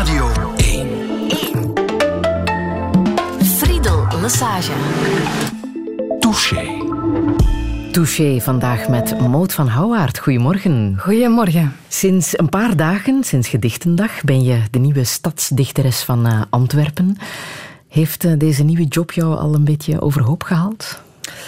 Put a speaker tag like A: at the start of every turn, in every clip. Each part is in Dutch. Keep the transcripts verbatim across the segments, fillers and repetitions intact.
A: Radio één.
B: één. Friedel Lesage.
A: Touché.
C: Touché vandaag met Maud van Houwaard. Goedemorgen.
D: Goedemorgen.
C: Sinds een paar dagen, sinds Gedichtendag, ben je de nieuwe stadsdichteres van uh, Antwerpen. Heeft uh, deze nieuwe job jou al een beetje overhoop gehaald?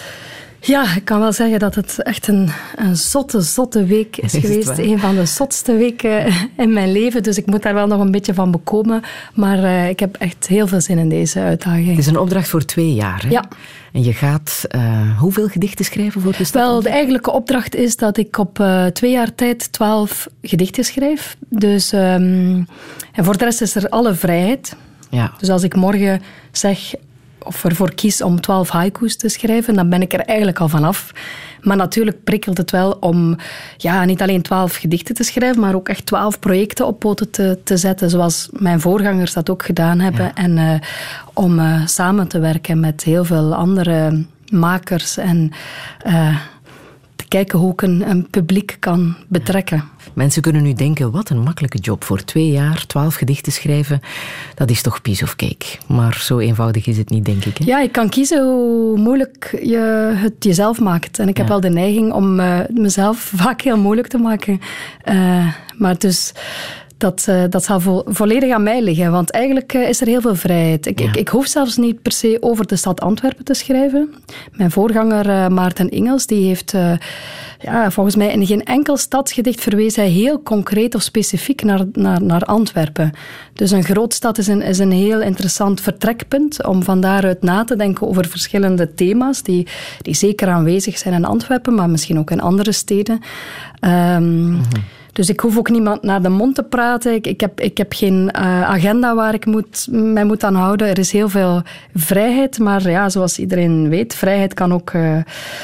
D: Ja, ik kan wel zeggen dat het echt een, een zotte, zotte week is, is geweest. Een van de zotste weken in mijn leven. Dus ik moet daar wel nog een beetje van bekomen. Maar uh, ik heb echt heel veel zin in deze uitdaging.
C: Het is een opdracht voor twee jaar, hè?
D: Ja.
C: En je gaat uh, hoeveel gedichten schrijven voor de stad?
D: Wel, de eigenlijke opdracht is dat ik op uh, twee jaar tijd twaalf gedichten schrijf. Dus, um, en voor de rest is er alle vrijheid.
C: Ja.
D: Dus als ik morgen zeg of ervoor kies om twaalf haiku's te schrijven, dan ben ik er eigenlijk al vanaf. Maar natuurlijk prikkelt het wel om ja, niet alleen twaalf gedichten te schrijven, maar ook echt twaalf projecten op poten te, te zetten, zoals mijn voorgangers dat ook gedaan hebben. Ja. En uh, om uh, samen te werken met heel veel andere makers en uh, te kijken hoe ik een, een publiek kan betrekken.
C: Ja. Mensen kunnen nu denken, wat een makkelijke job. Voor twee jaar, twaalf gedichten schrijven, dat is toch piece of cake. Maar zo eenvoudig is het niet, denk ik. Hè?
D: Ja, ik kan kiezen hoe moeilijk je het jezelf maakt. En ik heb ja. wel de neiging om uh, mezelf vaak heel moeilijk te maken. Uh, maar dus... Dat, uh, dat zal vo- volledig aan mij liggen, want eigenlijk uh, is er heel veel vrijheid. Ik, ja. ik, ik hoef zelfs niet per se over de stad Antwerpen te schrijven. Mijn voorganger uh, Maarten Ingels, die heeft uh, ja, volgens mij in geen enkel stadsgedicht verwees hij heel concreet of specifiek naar, naar, naar Antwerpen. Dus een grootstad is een, is een heel interessant vertrekpunt om van daaruit na te denken over verschillende thema's die, die zeker aanwezig zijn in Antwerpen, maar misschien ook in andere steden. Um, mm-hmm. Dus ik hoef ook niemand naar de mond te praten. Ik, ik, heb, ik heb geen uh, agenda waar ik moet, mij moet aan houden. Er is heel veel vrijheid. Maar ja, zoals iedereen weet, vrijheid kan ook... Uh,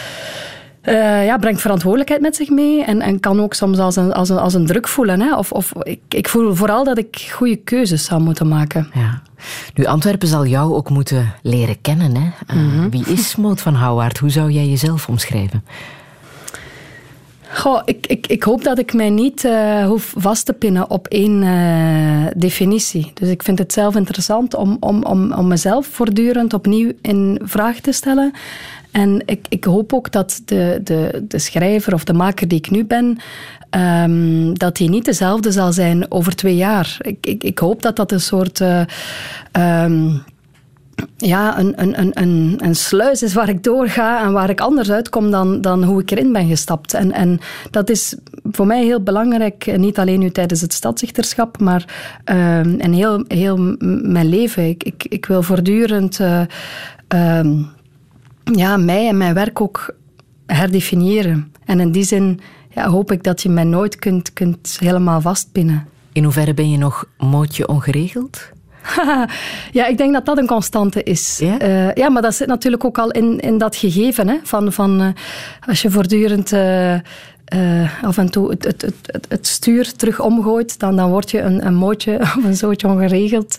D: uh, ja, brengt verantwoordelijkheid met zich mee. En, en kan ook soms als een, als een, als een druk voelen. Hè? Of, of, ik, ik voel vooral dat ik goede keuzes zou moeten maken.
C: Ja. Nu, Antwerpen zal jou ook moeten leren kennen. Hè? Uh, mm-hmm. Wie is Maud van Houwaard? Hoe zou jij jezelf omschrijven?
D: Goh, ik, ik, ik hoop dat ik mij niet uh, hoef vast te pinnen op één uh, definitie. Dus ik vind het zelf interessant om, om, om, om mezelf voortdurend opnieuw in vraag te stellen. En ik, ik hoop ook dat de, de, de schrijver of de maker die ik nu ben, um, dat die niet dezelfde zal zijn over twee jaar. Ik, ik, ik hoop dat dat een soort... Uh, um, Ja, een, een, een, een sluis is waar ik doorga en waar ik anders uitkom dan, dan hoe ik erin ben gestapt. En, en dat is voor mij heel belangrijk, niet alleen nu tijdens het stadsdichterschap, maar uh, in heel, heel mijn leven. Ik, ik, ik wil voortdurend uh, uh, ja, mij en mijn werk ook herdefiniëren. En in die zin ja, hoop ik dat je mij nooit kunt, kunt helemaal vastpinnen.
C: In hoeverre ben je nog Maudje ongeregeld?
D: Ja, ik denk dat dat een constante is.
C: Ja,
D: uh, ja maar dat zit natuurlijk ook al in, in dat gegeven. Hè, van, van, uh, als je voortdurend uh, uh, af en toe het, het, het, het stuur terug omgooit, dan, dan word je een, een mootje of een zootje ongeregeld.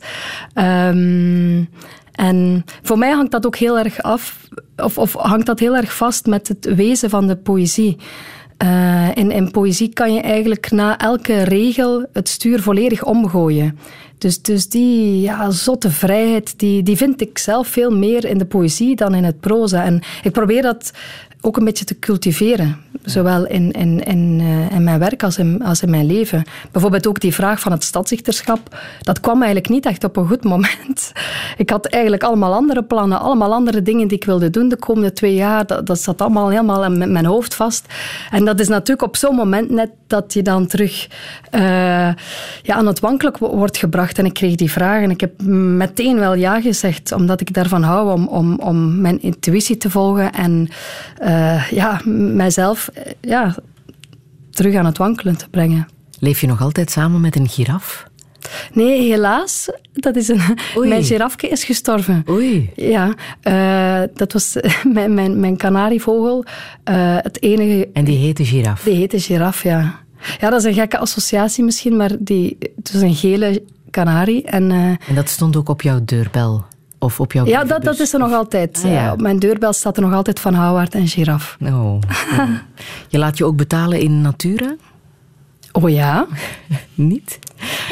D: Um, en voor mij hangt dat ook heel erg af, of, of hangt dat heel erg vast met het wezen van de poëzie. Uh, in, in poëzie kan je eigenlijk na elke regel het stuur volledig omgooien. Dus, dus die ja, zotte vrijheid, die, die vind ik zelf veel meer in de poëzie dan in het proza. En ik probeer dat ook een beetje te cultiveren. Zowel in, in, in, uh, in mijn werk als in, als in mijn leven. Bijvoorbeeld ook die vraag van het stadsdichterschap. Dat kwam eigenlijk niet echt op een goed moment. Ik had eigenlijk allemaal andere plannen, allemaal andere dingen die ik wilde doen de komende twee jaar. Dat, dat zat allemaal helemaal in mijn hoofd vast. En dat is natuurlijk op zo'n moment net dat je dan terug uh, ja, aan het wankelen wordt gebracht. En ik kreeg die vraag en ik heb meteen wel ja gezegd, omdat ik daarvan hou om, om, om mijn intuïtie te volgen en uh, ja, mijzelf ja, terug aan het wankelen te brengen.
C: Leef je nog altijd samen met een giraf?
D: Nee, helaas. Dat is een, mijn girafje is gestorven.
C: Oei.
D: Ja, uh, dat was mijn, mijn, mijn kanarievogel. Uh, het enige...
C: En die heette giraf?
D: Die heette giraf, ja. Ja, dat is een gekke associatie misschien, maar die, het was een gele kanarie. En, uh,
C: en dat stond ook op jouw deurbel? Of op jouw
D: ja, dat, dat is er nog altijd. Ah, ja. Op mijn deurbel staat er nog altijd Van Houwaard en giraf.
C: Oh. Je laat je ook betalen in natura?
D: Oh ja.
C: Niet?
D: Uh,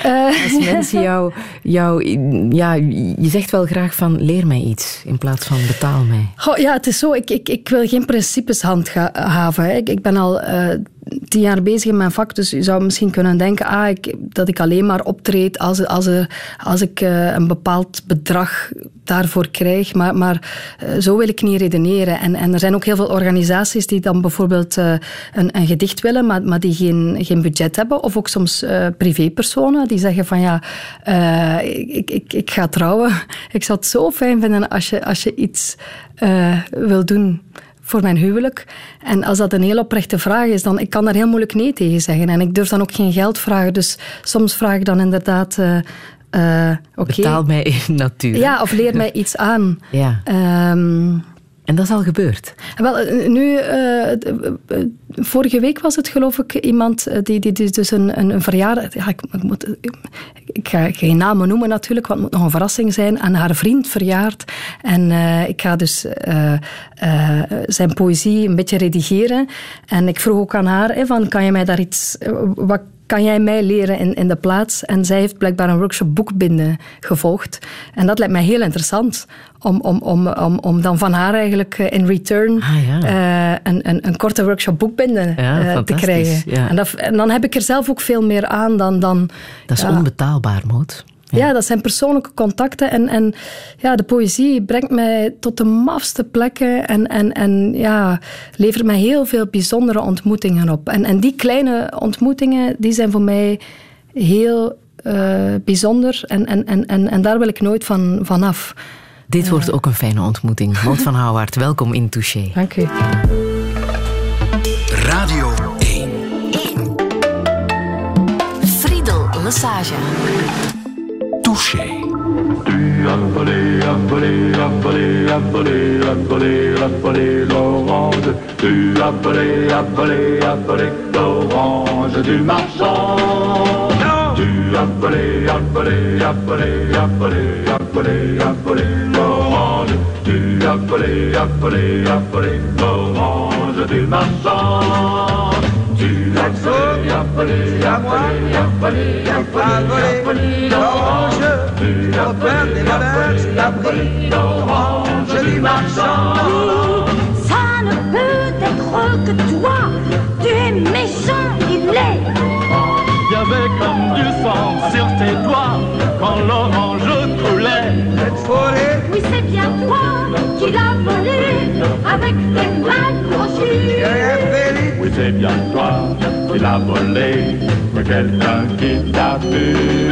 D: Uh,
C: Als mensen jou, jou... Ja, je zegt wel graag van leer mij iets in plaats van betaal mij.
D: Goh, ja, het is zo. Ik, ik, ik wil geen principes handhaven. Ik, ik ben al... Uh, tien jaar bezig in mijn vak, dus je zou misschien kunnen denken ah, ik, dat ik alleen maar optreed als, als, er, als ik uh, een bepaald bedrag daarvoor krijg. Maar, maar uh, zo wil ik niet redeneren. En, en er zijn ook heel veel organisaties die dan bijvoorbeeld uh, een, een gedicht willen, maar, maar die geen, geen budget hebben. Of ook soms uh, privépersonen die zeggen van ja, uh, ik, ik, ik ga trouwen. Ik zou het zo fijn vinden als je, als je iets uh, wil doen voor mijn huwelijk. En als dat een heel oprechte vraag is, dan ik kan daar heel moeilijk nee tegen zeggen. En ik durf dan ook geen geld vragen. Dus soms vraag ik dan inderdaad... Uh, uh, okay.
C: Betaal mij natuurlijk.
D: Ja, of leer mij iets aan.
C: Ja.
D: Um,
C: en dat is al gebeurd?
D: Wel, nu... Uh, vorige week was het, geloof ik, iemand die, die, die dus een, een, een verjaardag... Ja, ik, ik, moet, ik ga geen namen noemen natuurlijk, want het moet nog een verrassing zijn. En haar vriend verjaart. En uh, ik ga dus uh, uh, zijn poëzie een beetje redigeren. En ik vroeg ook aan haar, hè, van, kan je mij daar iets... Wat kan jij mij leren in, in de plaats? En zij heeft blijkbaar een workshop boekbinden gevolgd. En dat lijkt mij heel interessant. Om, om, om, om, om dan van haar eigenlijk in return
C: ah, ja.
D: uh, een, een, een korte workshop boekbinden
C: ja,
D: uh, te krijgen.
C: Ja.
D: En, dat, en dan heb ik er zelf ook veel meer aan dan... dan
C: dat is
D: ja,
C: onbetaalbaar, Maud.
D: Ja. ja, dat zijn persoonlijke contacten. En, en ja, de poëzie brengt mij tot de mafste plekken en, en, en ja, levert mij heel veel bijzondere ontmoetingen op. En, en die kleine ontmoetingen, die zijn voor mij heel uh, bijzonder. En, en, en, en, en daar wil ik nooit van, van af.
C: Dit uh. wordt ook een fijne ontmoeting. Maud van Houwaert, welkom in Touché.
D: Dank u.
A: Radio één.
B: Friedel Lesage.
A: Touché.
E: Tu as volé, as volé, as volé, as volé, as volé, as volé l'orange. Tu as volé, as volé, as volé l'orange du marchand. Tu as volé, as volé, as volé, as volé, as volé, as volé l'orange. Tu as volé, as volé, as volé l'orange du marchand. Tu as volé, as volé, as volé, as volé, as volé, as volé l'orange. Tu as volé, as volé, as volé l'orange du marchand.
F: Ça ne peut être que toi, tu es méchant, il est.
E: Il y avait comme du sang sur tes doigts quand l'orange coulait.
F: Oui, c'est bien toi qui l'as volé avec tes mains crochues.
E: Oui, c'est bien toi qui l'as volé, mais quelqu'un qui t'a vu.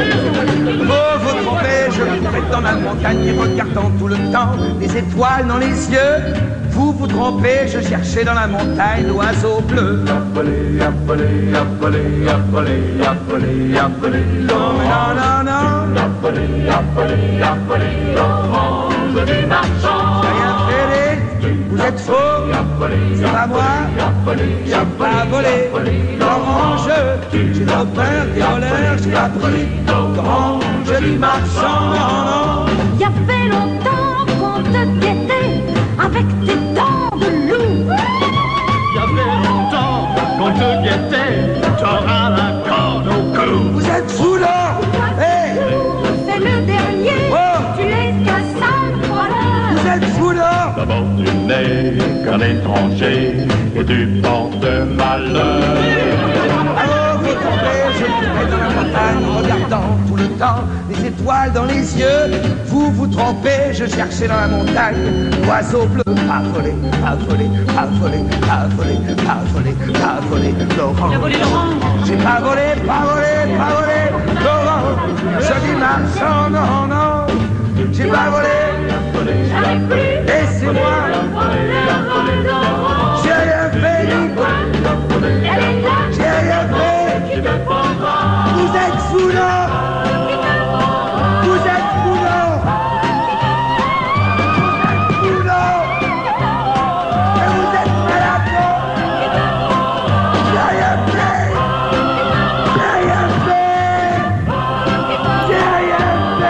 G: Vous vous trompez, je vous êtes dans la montagne regardant tout le temps les étoiles dans les yeux. Vous vous trompez, je cherchais dans la montagne l'oiseau bleu.
E: Appelé, appelé, appelé, appelé, appelé, appelé,
G: non, non, non.
E: Appelé, appelé, appelé, l'orange du marchand.
G: J'ai rien fait, vous êtes faux, c'est pas moi, j'ai pas volé l'orange. J'ai trop peur des voleurs, j'ai pas pris l'orange du marchand, non, non.
F: Il y avait longtemps qu'on te guettait avec tes dents de loup.
E: Il y avait longtemps qu'on te guettait, t'auras la corde au cou.
G: Vous êtes fous là, hey.
F: C'est le dernier,
G: oh.
F: Tu es qu'un sale voleur.
G: Vous êtes fous là.
E: D'abord tu n'es qu'un étranger et tu portes malheur.
G: Alors vous trompez, je courais dans la montagne regardant tout le temps les étoiles dans les yeux. Vous vous trompez, je cherchais dans la montagne l'oiseau bleu. Pas volé, pas volé, pas volé, pas volé, pas volé, pas volé l'orange. J'ai pas volé, pas volé, pas volé l'orange. Je dis marchand, non, non. J'ai pas volé, laissez-moi. J'ai rien fait, j'ai rien fait. Vous êtes fous là. Vous êtes fous là. Vous êtes fous là. Et vous êtes malades. J'ai rien fait. J'ai rien fait. J'ai rien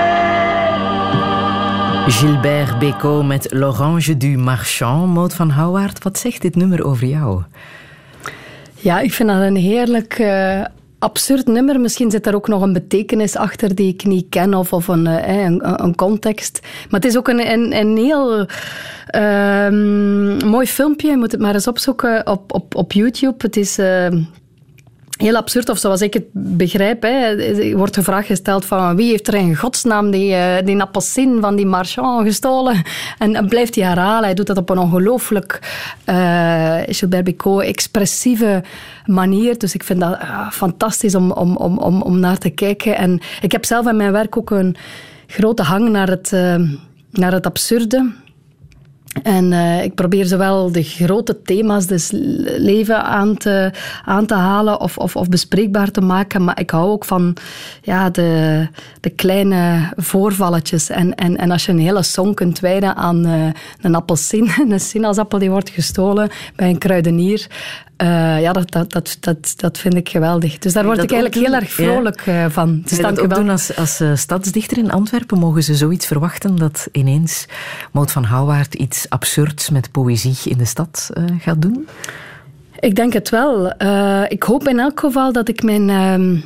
G: fait.
C: Gilbert Bécaud met L'Orange du Marchand. Maud van Houwaert, wat zegt dit nummer over jou?
D: Ja, ik vind dat een heerlijk uh, absurd nummer. Misschien zit er ook nog een betekenis achter die ik niet ken of, of een, uh, een, een context. Maar het is ook een, een, een heel uh, mooi filmpje. Je moet het maar eens opzoeken op, op, op YouTube. Het is... Uh, Heel absurd, of zoals ik het begrijp, hè, er wordt de vraag gesteld van wie heeft er in godsnaam die, uh, die appelsien van die marchand gestolen? En dan blijft hij herhalen. Hij doet dat op een ongelooflijk uh, Gilbert Bécaud expressieve manier. Dus ik vind dat uh, fantastisch om, om, om, om, om naar te kijken. En ik heb zelf in mijn werk ook een grote hang naar het, uh, naar het absurde. En uh, ik probeer zowel de grote thema's des leven aan te, aan te halen of, of, of bespreekbaar te maken, maar ik hou ook van ja, de, de kleine voorvalletjes. En, en, en als je een hele song kunt wijden aan uh, een appelsien, een sinaasappel die wordt gestolen bij een kruidenier, Uh, ja, dat, dat, dat, dat, dat vind ik geweldig. Dus daar word ik eigenlijk heel erg vrolijk ja. van.
C: Dus dat ook doen als, als uh, stadsdichter in Antwerpen? Mogen ze zoiets verwachten dat ineens Maud van Houwaert iets absurds met poëzie in de stad uh, gaat doen?
D: Ik denk het wel. Uh, ik hoop in elk geval dat ik mijn... Uh,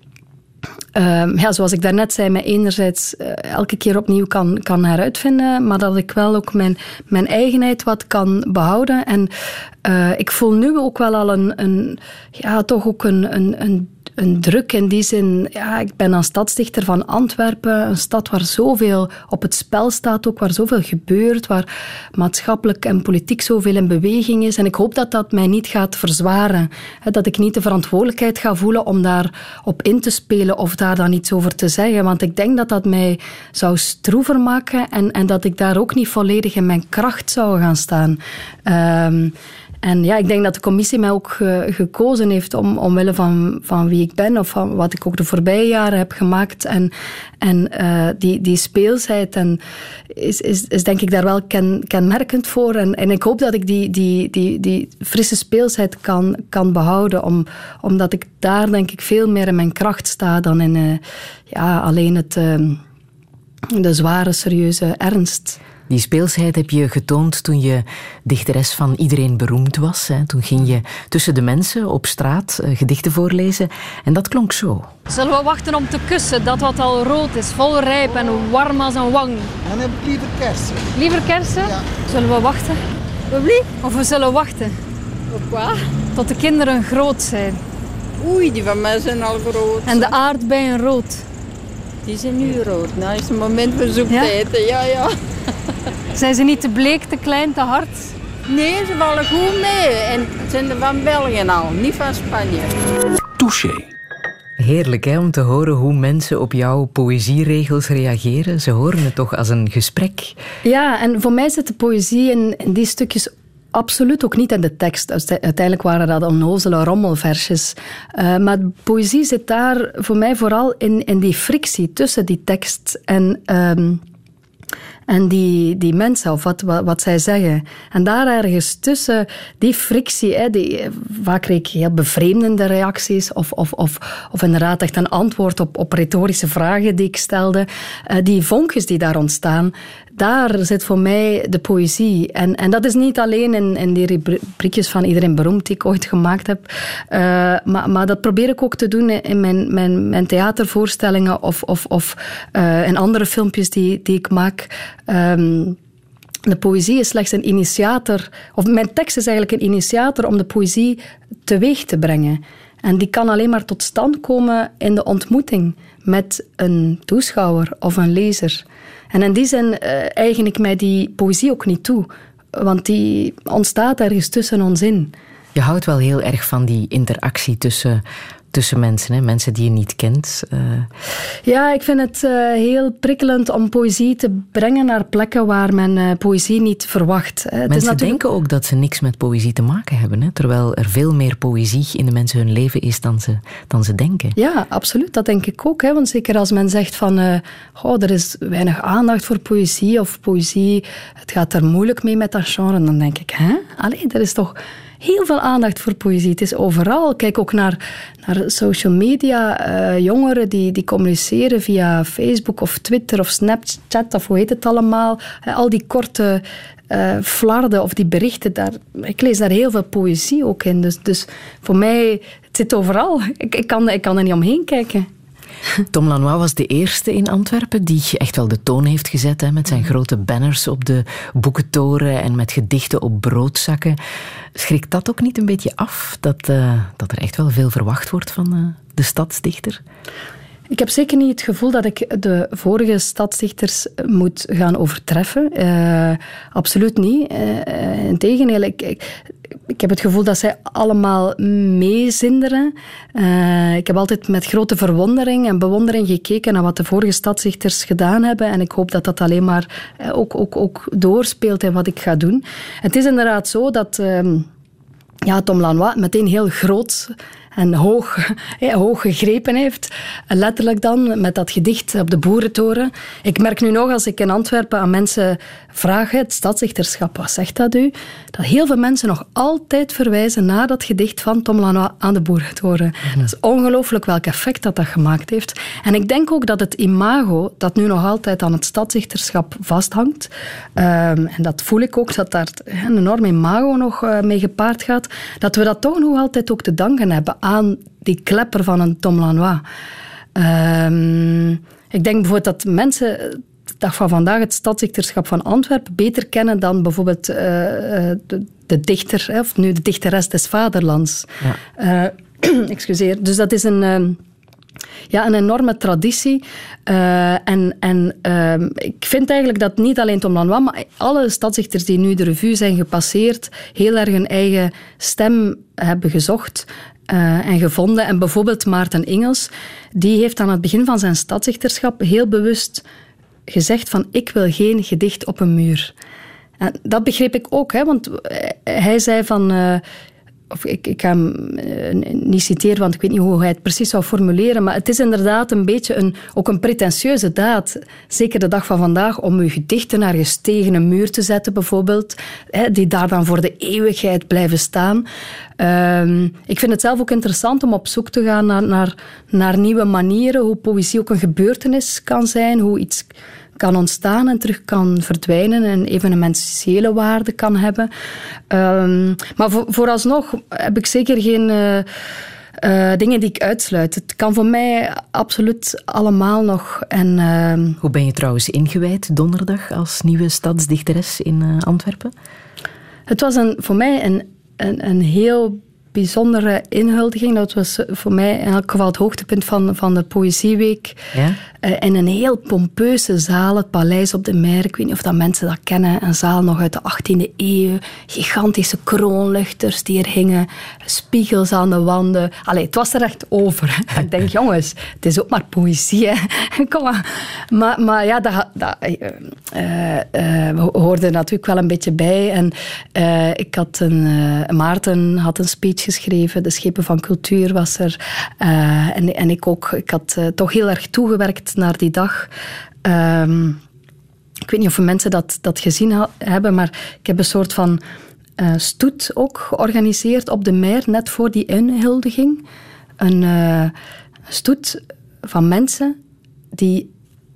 D: Uh, ja, zoals ik daarnet zei, mij enerzijds uh, elke keer opnieuw kan, kan heruitvinden, maar dat ik wel ook mijn, mijn eigenheid wat kan behouden. En uh, ik voel nu ook wel al een, een ja, toch ook een, een, een, een druk in die zin. Ja, ik ben dan stadsdichter van Antwerpen, een stad waar zoveel op het spel staat, ook waar zoveel gebeurt, waar maatschappelijk en politiek zoveel in beweging is. En ik hoop dat dat mij niet gaat verzwaren. Hè, dat ik niet de verantwoordelijkheid ga voelen om daar op in te spelen of daar dan iets over te zeggen. Want ik denk dat dat mij zou stroever maken en, en dat ik daar ook niet volledig in mijn kracht zou gaan staan. Um, En ja, ik denk dat de commissie mij ook ge, gekozen heeft om, omwille van, van wie ik ben of van wat ik ook de voorbije jaren heb gemaakt. En, en uh, die, die speelsheid en is, is, is denk ik daar wel ken, kenmerkend voor. En, en ik hoop dat ik die, die, die, die frisse speelsheid kan, kan behouden, om, omdat ik daar denk ik veel meer in mijn kracht sta dan in uh, ja, alleen het, uh, de zware, serieuze ernst.
C: Die speelsheid heb je getoond toen je dichteres van Iedereen beroemd was. Hè. Toen ging je tussen de mensen op straat uh, gedichten voorlezen. En dat klonk zo.
H: Zullen we wachten om te kussen, dat wat al rood is, vol rijp en warm als een wang?
I: Dan heb ik liever kersen.
H: Liever kersen?
I: Ja.
H: Zullen we wachten? Of we zullen wachten?
J: Op wat?
H: Tot de kinderen groot zijn.
J: Oei, die van mij zijn al groot.
H: En de aardbeien rood.
J: Die zijn nu rood. Nou is het moment voor zoek te
H: Ja?
J: eten. Ja, ja.
H: Zijn ze niet te bleek, te klein, te hard?
J: Nee, ze vallen goed mee. En het zijn er van België al, niet van Spanje.
A: Touché.
C: Heerlijk hè, om te horen hoe mensen op jouw poëzieregels reageren. Ze horen het toch als een gesprek.
D: Ja, en voor mij zit de poëzie in, in die stukjes absoluut ook niet in de tekst. Uiteindelijk waren dat onnozele rommelversjes. Uh, maar poëzie zit daar voor mij vooral in, in die frictie tussen die tekst en... Um, En die, die mensen, of wat, wat, wat zij zeggen. En daar ergens tussen die frictie, hè, die, vaak kreeg ik heel bevreemdende reacties, of, of, of, of inderdaad echt een antwoord op, op retorische vragen die ik stelde. Uh, die vonkjes die daar ontstaan, daar zit voor mij de poëzie. En, en dat is niet alleen in, in die rubriekjes van Iedereen beroemd die ik ooit gemaakt heb. Uh, maar, maar dat probeer ik ook te doen in mijn, mijn, mijn theatervoorstellingen of, of, of uh, in andere filmpjes die, die ik maak. Um, de poëzie is slechts een initiator, of mijn tekst is eigenlijk een initiator om de poëzie teweeg te brengen. En die kan alleen maar tot stand komen in de ontmoeting met een toeschouwer of een lezer. En in die zin uh, eigen ik mij die poëzie ook niet toe, want die ontstaat ergens tussen ons in.
C: Je houdt wel heel erg van die interactie tussen, tussen mensen, hè? Mensen die je niet kent. Uh...
D: Ja, ik vind het uh, heel prikkelend om poëzie te brengen naar plekken waar men uh, poëzie niet verwacht. Hè.
C: Mensen natuurlijk... denken ook dat ze niks met poëzie te maken hebben, hè? Terwijl er veel meer poëzie in de mensen hun leven is dan ze, dan ze denken.
D: Ja, absoluut. Dat denk ik ook. Hè. Want zeker als men zegt van, uh, oh, er is weinig aandacht voor poëzie, of poëzie, het gaat er moeilijk mee met dat genre, dan denk ik, hè? Allee, er is toch... heel veel aandacht voor poëzie. Het is overal. Kijk ook naar, naar social media. Uh, jongeren die, die communiceren via Facebook of Twitter of Snapchat of hoe heet het allemaal. Uh, al die korte uh, flarden of die berichten. Daar, ik lees daar heel veel poëzie ook in. Dus, dus voor mij het zit overal. Ik, ik, kan, ik kan er niet omheen kijken.
C: Tom Lanois was de eerste in Antwerpen die echt wel de toon heeft gezet, hè, met zijn grote banners op de boekentoren en met gedichten op broodzakken. Schrikt dat ook niet een beetje af, dat, uh, dat er echt wel veel verwacht wordt van uh, de stadsdichter?
D: Ik heb zeker niet het gevoel dat ik de vorige stadsdichters moet gaan overtreffen. Uh, absoluut niet. Uh, integendeel, ik, ik, ik heb het gevoel dat zij allemaal meezinderen. Uh, ik heb altijd met grote verwondering en bewondering gekeken naar wat de vorige stadsdichters gedaan hebben. En ik hoop dat dat alleen maar uh, ook, ook, ook doorspeelt in wat ik ga doen. Het is inderdaad zo dat uh, ja, Tom Lanois meteen heel groot en hoog, ja, hoog gegrepen heeft. Letterlijk dan, met dat gedicht op de Boerentoren. Ik merk nu nog, als ik in Antwerpen aan mensen vraag, het stadsdichterschap, wat zegt dat u? Dat heel veel mensen nog altijd verwijzen naar dat gedicht van Tom Lanois aan de Boerentoren. Mm-hmm. Dat is ongelooflijk welk effect dat dat gemaakt heeft. En ik denk ook dat het imago, dat nu nog altijd aan het stadsdichterschap vasthangt, um, en dat voel ik ook, dat daar een enorm imago nog uh, mee gepaard gaat, dat we dat toch nog altijd ook te danken hebben aan die klepper van een Tom Lanois. Um, ik denk bijvoorbeeld dat mensen de dag van vandaag het stadsdichterschap van Antwerpen beter kennen dan bijvoorbeeld uh, de, de dichter, of nu de dichteres des vaderlands. Ja. Uh, excuseer. Dus dat is een... Uh, Ja, een enorme traditie. Uh, en en uh, ik vind eigenlijk dat niet alleen Tom Lanois, maar alle stadsdichters die nu de revue zijn gepasseerd, heel erg hun eigen stem hebben gezocht uh, en gevonden. En bijvoorbeeld Maarten Ingels, die heeft aan het begin van zijn stadsdichterschap heel bewust gezegd van ik wil geen gedicht op een muur. En dat begreep ik ook, hè, want hij zei van... Uh, Of ik, ik ga hem uh, niet citeren, want ik weet niet hoe hij het precies zou formuleren, maar het is inderdaad een beetje een, ook een pretentieuze daad, zeker de dag van vandaag, om uw gedichten ergens tegen een muur te zetten, bijvoorbeeld, hè, die daar dan voor de eeuwigheid blijven staan. Uh, ik vind het zelf ook interessant om op zoek te gaan naar, naar, naar nieuwe manieren, hoe poëzie ook een gebeurtenis kan zijn, hoe iets kan ontstaan en terug kan verdwijnen en evenementiële waarde kan hebben. Um, maar voor, vooralsnog heb ik zeker geen uh, uh, dingen die ik uitsluit. Het kan voor mij absoluut allemaal nog. En, uh,
C: Hoe ben je trouwens ingewijd donderdag als nieuwe stadsdichteres in uh, Antwerpen?
D: Het was een, voor mij een, een, een heel bijzondere inhuldiging. Dat was voor mij in elk geval het hoogtepunt van, van de Poëzieweek. Ja? Uh, in een heel pompeuze zaal, het Paleis op de Mer. Ik weet niet of dat mensen dat kennen. Een zaal nog uit de achttiende eeuw. Gigantische kroonluchters die er hingen. Spiegels aan de wanden. Allee, het was er echt over. Ik denk, jongens, het is ook maar poëzie. Hè. Kom maar. Maar, maar ja, dat, dat, uh, uh, uh, we hoorden natuurlijk wel een beetje bij. En uh, ik had een... Uh, Maarten had een speech geschreven. De Schepen van Cultuur was er. Uh, en, en ik ook. Ik had uh, toch heel erg toegewerkt naar die dag. Um, ik weet niet of mensen dat, dat gezien ha- hebben, maar ik heb een soort van uh, stoet ook georganiseerd op de Mer, net voor die inhuldiging. Een uh, stoet van mensen die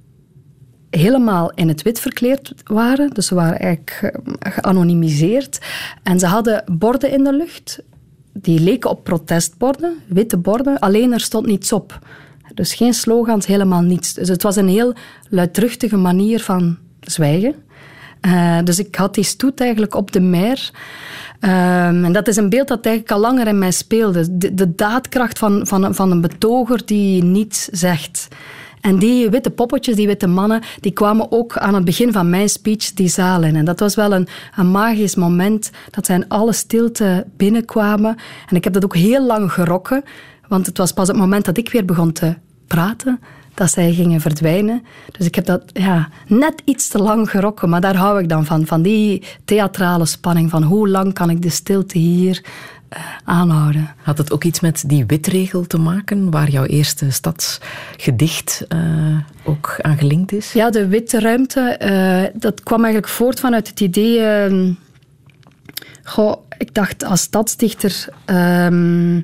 D: helemaal in het wit verkleed waren. Dus ze waren eigenlijk geanonimiseerd. En ze hadden borden in de lucht. Die leken op protestborden, witte borden. Alleen er stond niets op. Dus geen slogans, helemaal niets. Dus het was een heel luidruchtige manier van zwijgen. Uh, dus ik had die stoet eigenlijk op de Mer. Um, en dat is een beeld dat eigenlijk al langer in mij speelde. De, de daadkracht van, van, van een betoger die niets zegt. En die witte poppetjes, die witte mannen, die kwamen ook aan het begin van mijn speech die zaal in. En dat was wel een, een magisch moment, dat zij in alle stilte binnenkwamen. En ik heb dat ook heel lang gerokken, want het was pas het moment dat ik weer begon te praten, dat zij gingen verdwijnen. Dus ik heb dat ja, net iets te lang gerokken, maar daar hou ik dan van. Van die theatrale spanning, van hoe lang kan ik de stilte hier uh, aanhouden.
C: Had het ook iets met die witregel te maken, waar jouw eerste stadsgedicht uh, ook aan gelinkt is?
D: Ja, de witte ruimte, uh, dat kwam eigenlijk voort vanuit het idee... Uh, goh, ik dacht als stadsdichter... Uh,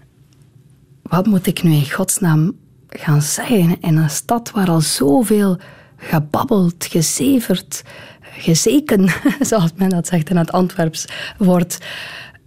D: wat moet ik nu in godsnaam gaan zeggen in een stad waar al zoveel gebabbeld, gezeverd, gezeken, zoals men dat zegt in het Antwerps wordt.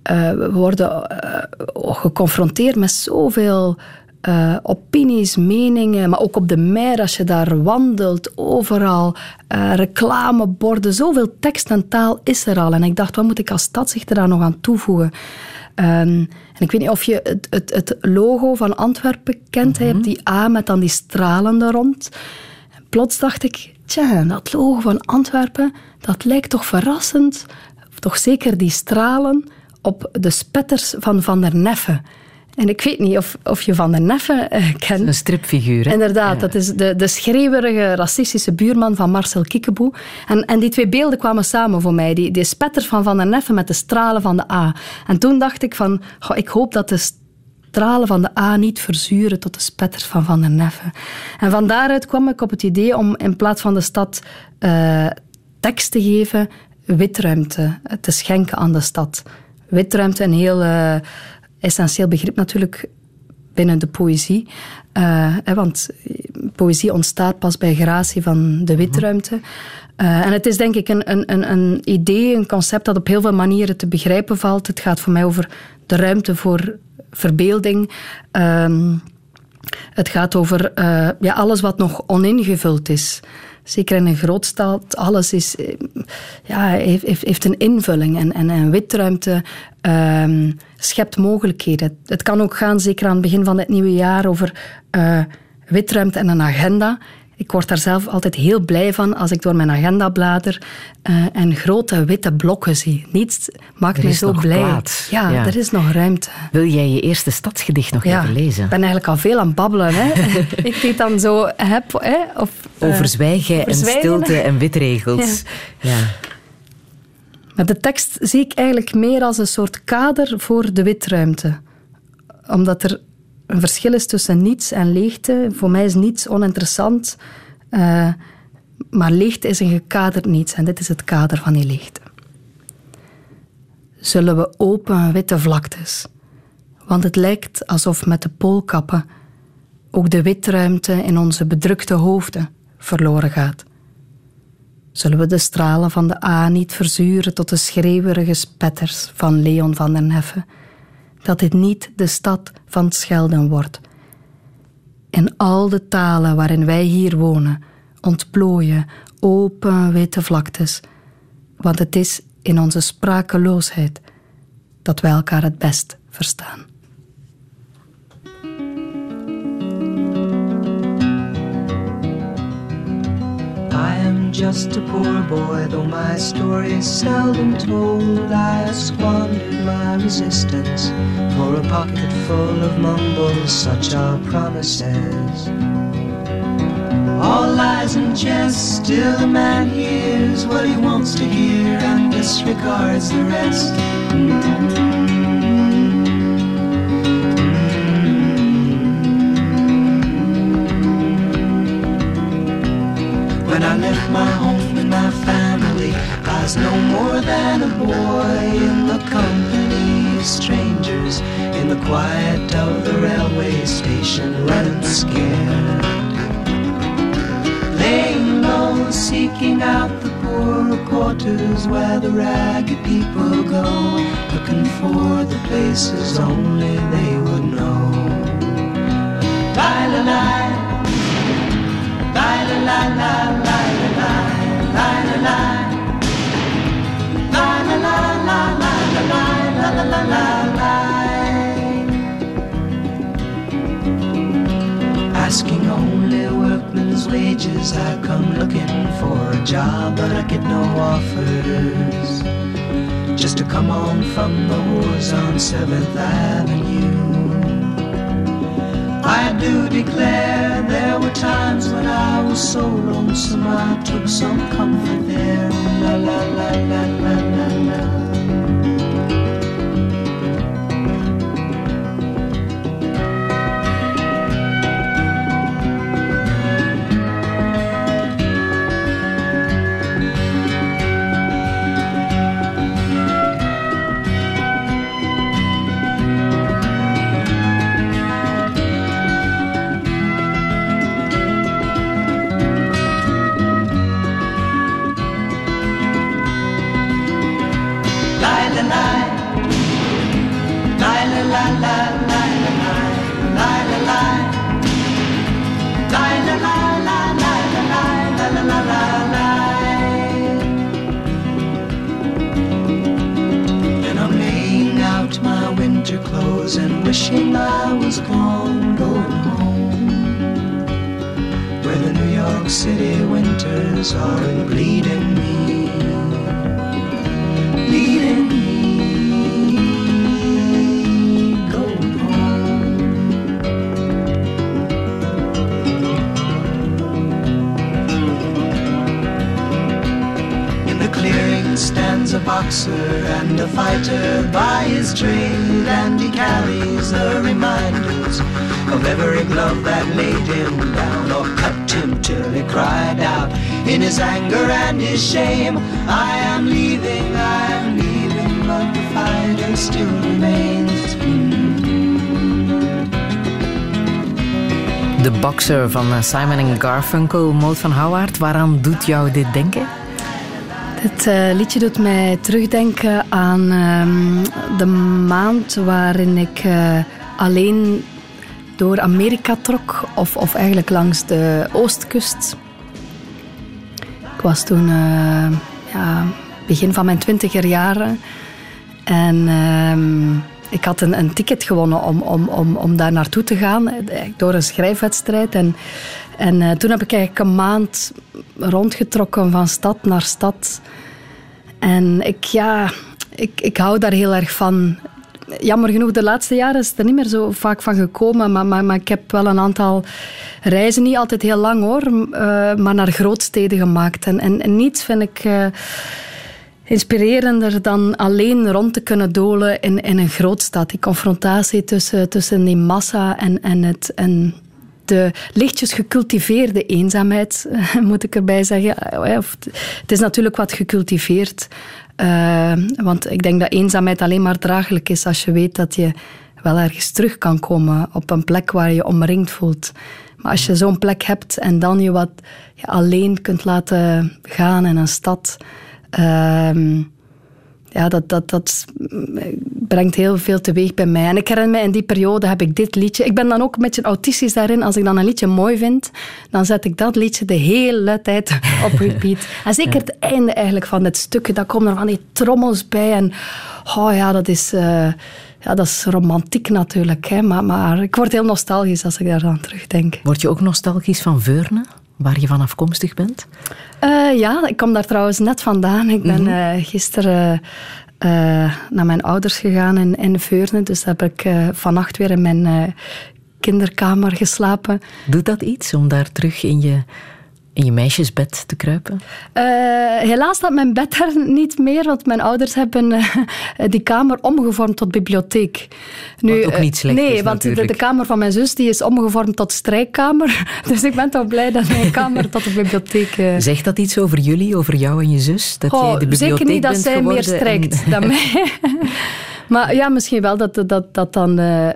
D: uh, we worden uh, geconfronteerd met zoveel uh, opinies, meningen, maar ook op de Mer, als je daar wandelt, overal uh, reclameborden, zoveel tekst en taal is er al. En ik dacht, wat moet ik als stadsdichter daar nog aan toevoegen? Um, en ik weet niet of je het, het, het logo van Antwerpen kent. Mm-hmm. Je hebt die A met dan die stralende rond. Plots dacht ik, tja, dat logo van Antwerpen, dat lijkt toch verrassend, toch zeker die stralen, op de spetters van Van der Neffe. En ik weet niet of, of je Van der Neffe uh, kent.
C: Een stripfiguur, hè?
D: Inderdaad,
C: ja.
D: Dat is de, de schreeuwerige, racistische buurman van Marcel Kikkeboe. En, en die twee beelden kwamen samen voor mij. Die, die spetter van Van der Neffe met de stralen van de A. En toen dacht ik van, goh, ik hoop dat de stralen van de A niet verzuren tot de spetters van Van der Neffe. En van daaruit kwam ik op het idee om in plaats van de stad uh, tekst te geven, witruimte te schenken aan de stad. Witruimte, een heel uh, essentieel begrip natuurlijk binnen de poëzie. Uh, hè, want poëzie ontstaat pas bij gratie van de witruimte. Uh, en het is denk ik een, een, een idee, een concept dat op heel veel manieren te begrijpen valt. Het gaat voor mij over de ruimte voor verbeelding. Um, het gaat over uh, ja, alles wat nog oningevuld is. Zeker in een grootstad, alles is, ja, heeft, heeft een invulling. En, en, en witruimte um, schept mogelijkheden. Het kan ook gaan, zeker aan het begin van het nieuwe jaar, over uh, witruimte en een agenda. Ik word daar zelf altijd heel blij van als ik door mijn agenda blader uh, en grote witte blokken zie. Niets maakt me zo blij.
C: Plaats.
D: Ja, ja, er is nog ruimte.
C: Wil jij je eerste stadsgedicht nog
D: ja,
C: even lezen?
D: Ik ben eigenlijk al veel aan het babbelen. Hè. Ik deed dan zo... Heb, hè, of, uh,
C: over zwijgen en stilte en witregels. Ja. Ja.
D: Maar de tekst zie ik eigenlijk meer als een soort kader voor de witruimte. Omdat er een verschil is tussen niets en leegte. Voor mij is niets oninteressant. Uh, maar leegte is een gekaderd niets. En dit is het kader van die leegte. Zullen we open witte vlaktes. Want het lijkt alsof met de poolkappen ook de witruimte in onze bedrukte hoofden verloren gaat. Zullen we de stralen van de A niet verzuren tot de schreeuwerige spetters van Leon van der Neffe? Dat dit niet de stad van Schelden wordt. In al de talen waarin wij hier wonen, ontplooien open witte vlaktes, want het is in onze sprakeloosheid dat wij elkaar het best verstaan.
I: I am just a poor boy, though my story is seldom told. I have squandered my resistance for a pocket full of mumbles, such are promises. All lies and jest, still a man hears what he wants to hear and disregards the rest. Mm-hmm. When I left my home and my family, I was no more than a boy in the company of strangers, in the quiet of the railway station, running scared. Laying low, seeking out the poorer quarters where the ragged people go, looking for the places only they would know. La-la-la, la-la-la-la. Asking only workmen's wages, I come looking for a job, but I get no offers. Just to come on from the wars on seventh Avenue. I do declare there were times when I was so lonesome I took some comfort there. La la la la la la la. York City winters are bleeding me, bleeding me. Stands a boxer and a fighter by his trade, and he carries the reminders of every glove that laid him down or cut him till he cried out in his anger and his shame, I am leaving, I am leaving, but the fighter still remains.
C: De Boxer van Simon en Garfunkel. Maud van Houwaard, waaraan doet jou dit denken?
D: Het uh, liedje doet mij terugdenken aan uh, de maand waarin ik uh, alleen door Amerika trok, of, of eigenlijk langs de oostkust. Ik was toen uh, ja, begin van mijn twintiger jaren en uh, ik had een, een ticket gewonnen om, om, om, om daar naartoe te gaan door een schrijfwedstrijd. En, en uh, toen heb ik eigenlijk een maand rondgetrokken van stad naar stad. En ik, ja, ik, ik hou daar heel erg van. Jammer genoeg, de laatste jaren is het er niet meer zo vaak van gekomen. Maar, maar, maar ik heb wel een aantal reizen, niet altijd heel lang hoor, uh, maar naar grootsteden gemaakt. En, en, en niets vind ik uh, inspirerender dan alleen rond te kunnen dolen in, in een grootstad. Die confrontatie tussen, tussen die massa en, en het... En de lichtjes gecultiveerde eenzaamheid, moet ik erbij zeggen. Het is natuurlijk wat gecultiveerd. Uh, want ik denk dat eenzaamheid alleen maar draaglijk is als je weet dat je wel ergens terug kan komen op een plek waar je je omringd voelt. Maar als je zo'n plek hebt en dan je wat je alleen kunt laten gaan in een stad... Uh, Ja, dat, dat, dat brengt heel veel teweeg bij mij. En ik herinner me, in die periode heb ik dit liedje... Ik ben dan ook een beetje autistisch daarin. Als ik dan een liedje mooi vind, dan zet ik dat liedje de hele tijd op repeat. En zeker het einde eigenlijk van dit stukje, daar komen er van die trommels bij. En oh ja, dat is, uh, ja, dat is romantiek natuurlijk. Hè. Maar, maar ik word heel nostalgisch als ik daar aan terugdenk.
C: Word je ook nostalgisch van Veurne, waar je van afkomstig bent?
D: Uh, ja, ik kom daar trouwens net vandaan. Ik ben uh, gisteren uh, naar mijn ouders gegaan in, in Veurne. Dus heb ik uh, vannacht weer in mijn uh, kinderkamer geslapen.
C: Doet dat iets om daar terug in je, in je meisjesbed te kruipen?
D: Uh, helaas staat mijn bed daar niet meer, want mijn ouders hebben uh, die kamer omgevormd tot bibliotheek.
C: Nu, Wat ook niet slecht
D: nee,
C: is,
D: want de,
C: natuurlijk.
D: de kamer van mijn zus die is omgevormd tot strijkkamer. Dus ik ben toch blij dat mijn kamer tot de bibliotheek... Uh...
C: Zegt dat iets over jullie, over jou en je zus? Dat
D: Goh,
C: jij de bibliotheek
D: zeker niet dat
C: bent
D: zij meer
C: geworden
D: strijkt
C: en...
D: dan mij. Maar ja, misschien wel dat dat, dat dan... Uh,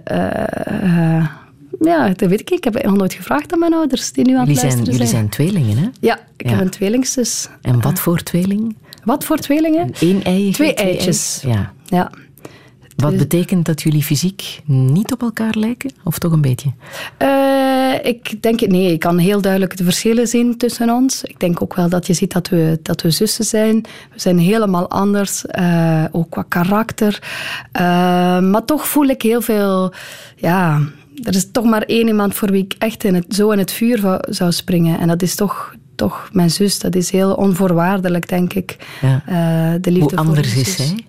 D: uh, Ja, dat weet ik. Ik heb nog nooit gevraagd aan mijn ouders die nu aan het
C: jullie
D: luisteren
C: zijn. Jullie zijn tweelingen, hè?
D: Ja, ik
C: ja.
D: heb een tweelingzus.
C: En wat voor tweeling?
D: Wat voor tweelingen?
C: Eén ei?
D: Twee eitjes.
C: Ja.
D: ja.
C: Wat betekent dat jullie fysiek niet op elkaar lijken? Of toch een beetje?
D: Uh, ik denk het nee. Ik kan heel duidelijk de verschillen zien tussen ons. Ik denk ook wel dat je ziet dat we, dat we zussen zijn. We zijn helemaal anders, uh, ook qua karakter. Uh, maar toch voel ik heel veel... Ja, er is toch maar één iemand voor wie ik echt in het, zo in het vuur zou springen. En dat is toch, toch mijn zus. Dat is heel onvoorwaardelijk, denk ik.
C: Ja.
D: Uh, de liefde
C: Hoe anders
D: voor
C: is zij?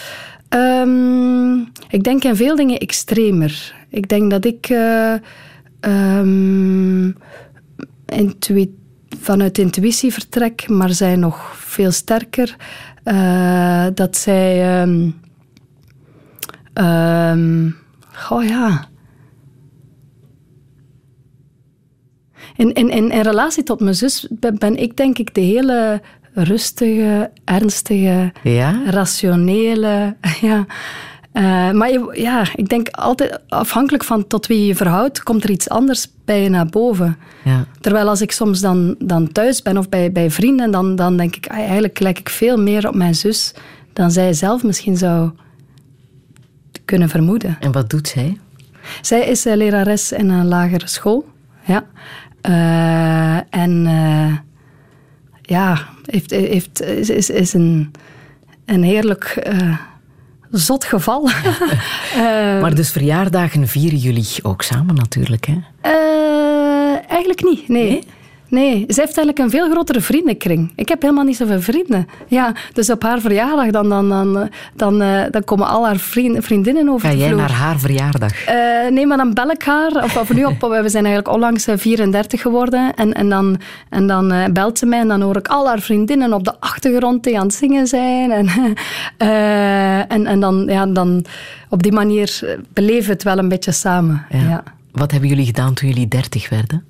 D: Um, ik denk in veel dingen extremer. Ik denk dat ik uh, um, intui- vanuit intuïtie vertrek, maar zij nog veel sterker. Uh, dat zij... Um, um, oh ja... In, in, in, in relatie tot mijn zus ben, ben ik denk ik de hele rustige, ernstige,
C: ja?
D: rationele... Ja. Uh, maar je, ja, ik denk altijd afhankelijk van tot wie je je verhoudt, komt er iets anders bij je naar boven.
C: Ja.
D: Terwijl als ik soms dan, dan thuis ben of bij, bij vrienden, dan, dan denk ik, eigenlijk lijk ik veel meer op mijn zus dan zij zelf misschien zou kunnen vermoeden.
C: En wat doet zij?
D: Zij is uh, lerares in een lagere school. Ja. Uh, en uh, ja, heeft, heeft, is, is, is een, een heerlijk uh, zot geval. uh,
C: maar dus verjaardagen vieren jullie ook samen natuurlijk, hè?
D: Uh, eigenlijk niet, nee.
C: nee?
D: Nee, zij heeft eigenlijk een veel grotere vriendenkring. Ik heb helemaal niet zoveel vrienden. Ja, dus op haar verjaardag dan, dan, dan, dan, uh, dan komen al haar vriend, vriendinnen over
C: Ga
D: de
C: jij
D: vloer.
C: naar haar verjaardag?
D: Uh, nee, maar dan bel ik haar. Of, of nu op, we zijn eigenlijk onlangs vierendertig geworden. En, en dan, en dan uh, belt ze mij en dan hoor ik al haar vriendinnen op de achtergrond die aan het zingen zijn. En, uh, en, en dan, ja, dan op die manier beleven we het wel een beetje samen.
C: Ja.
D: Ja.
C: Wat hebben jullie gedaan toen jullie dertig werden?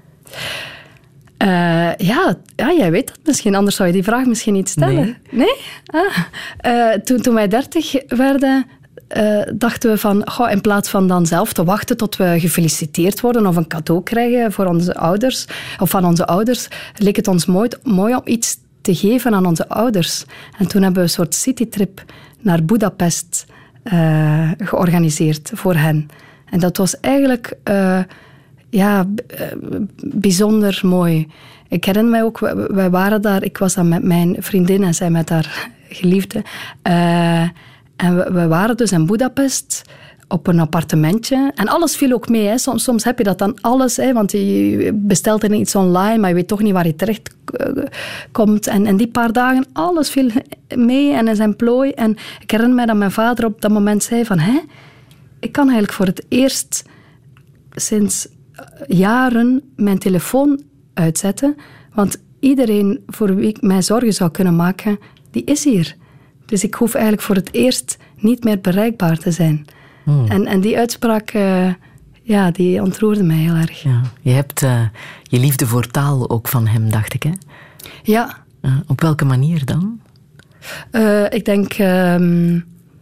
D: Uh, ja, ja, jij weet dat misschien. Anders zou je die vraag misschien niet stellen.
C: Nee?
D: Nee? Ah. Uh, toen, toen wij dertig werden, uh, dachten we van... Goh, in plaats van dan zelf te wachten tot we gefeliciteerd worden of een cadeau krijgen voor onze ouders, of van onze ouders, leek het ons mooi, mooi om iets te geven aan onze ouders. En toen hebben we een soort citytrip naar Budapest uh, georganiseerd voor hen. En dat was eigenlijk... Uh, Ja, bijzonder mooi. Ik herinner mij ook, wij waren daar, ik was dan met mijn vriendin en zij met haar geliefde. Uh, en we, we waren dus in Budapest op een appartementje. En alles viel ook mee. Hè. Soms, soms heb je dat dan alles, hè, want je bestelt er iets online, maar je weet toch niet waar je terecht komt. En, en die paar dagen, alles viel mee en in zijn plooi. En ik herinner mij dat mijn vader op dat moment zei van, hè, ik kan eigenlijk voor het eerst sinds jaren mijn telefoon uitzetten, want iedereen voor wie ik mij zorgen zou kunnen maken, die is hier. Dus ik hoef eigenlijk voor het eerst niet meer bereikbaar te zijn. Hmm. En, en die uitspraak, uh, ja, die ontroerde mij heel erg.
C: Ja, je hebt uh, je liefde voor taal ook van hem, dacht ik, hè?
D: Ja.
C: Uh, op welke manier dan?
D: Uh, ik denk... Um,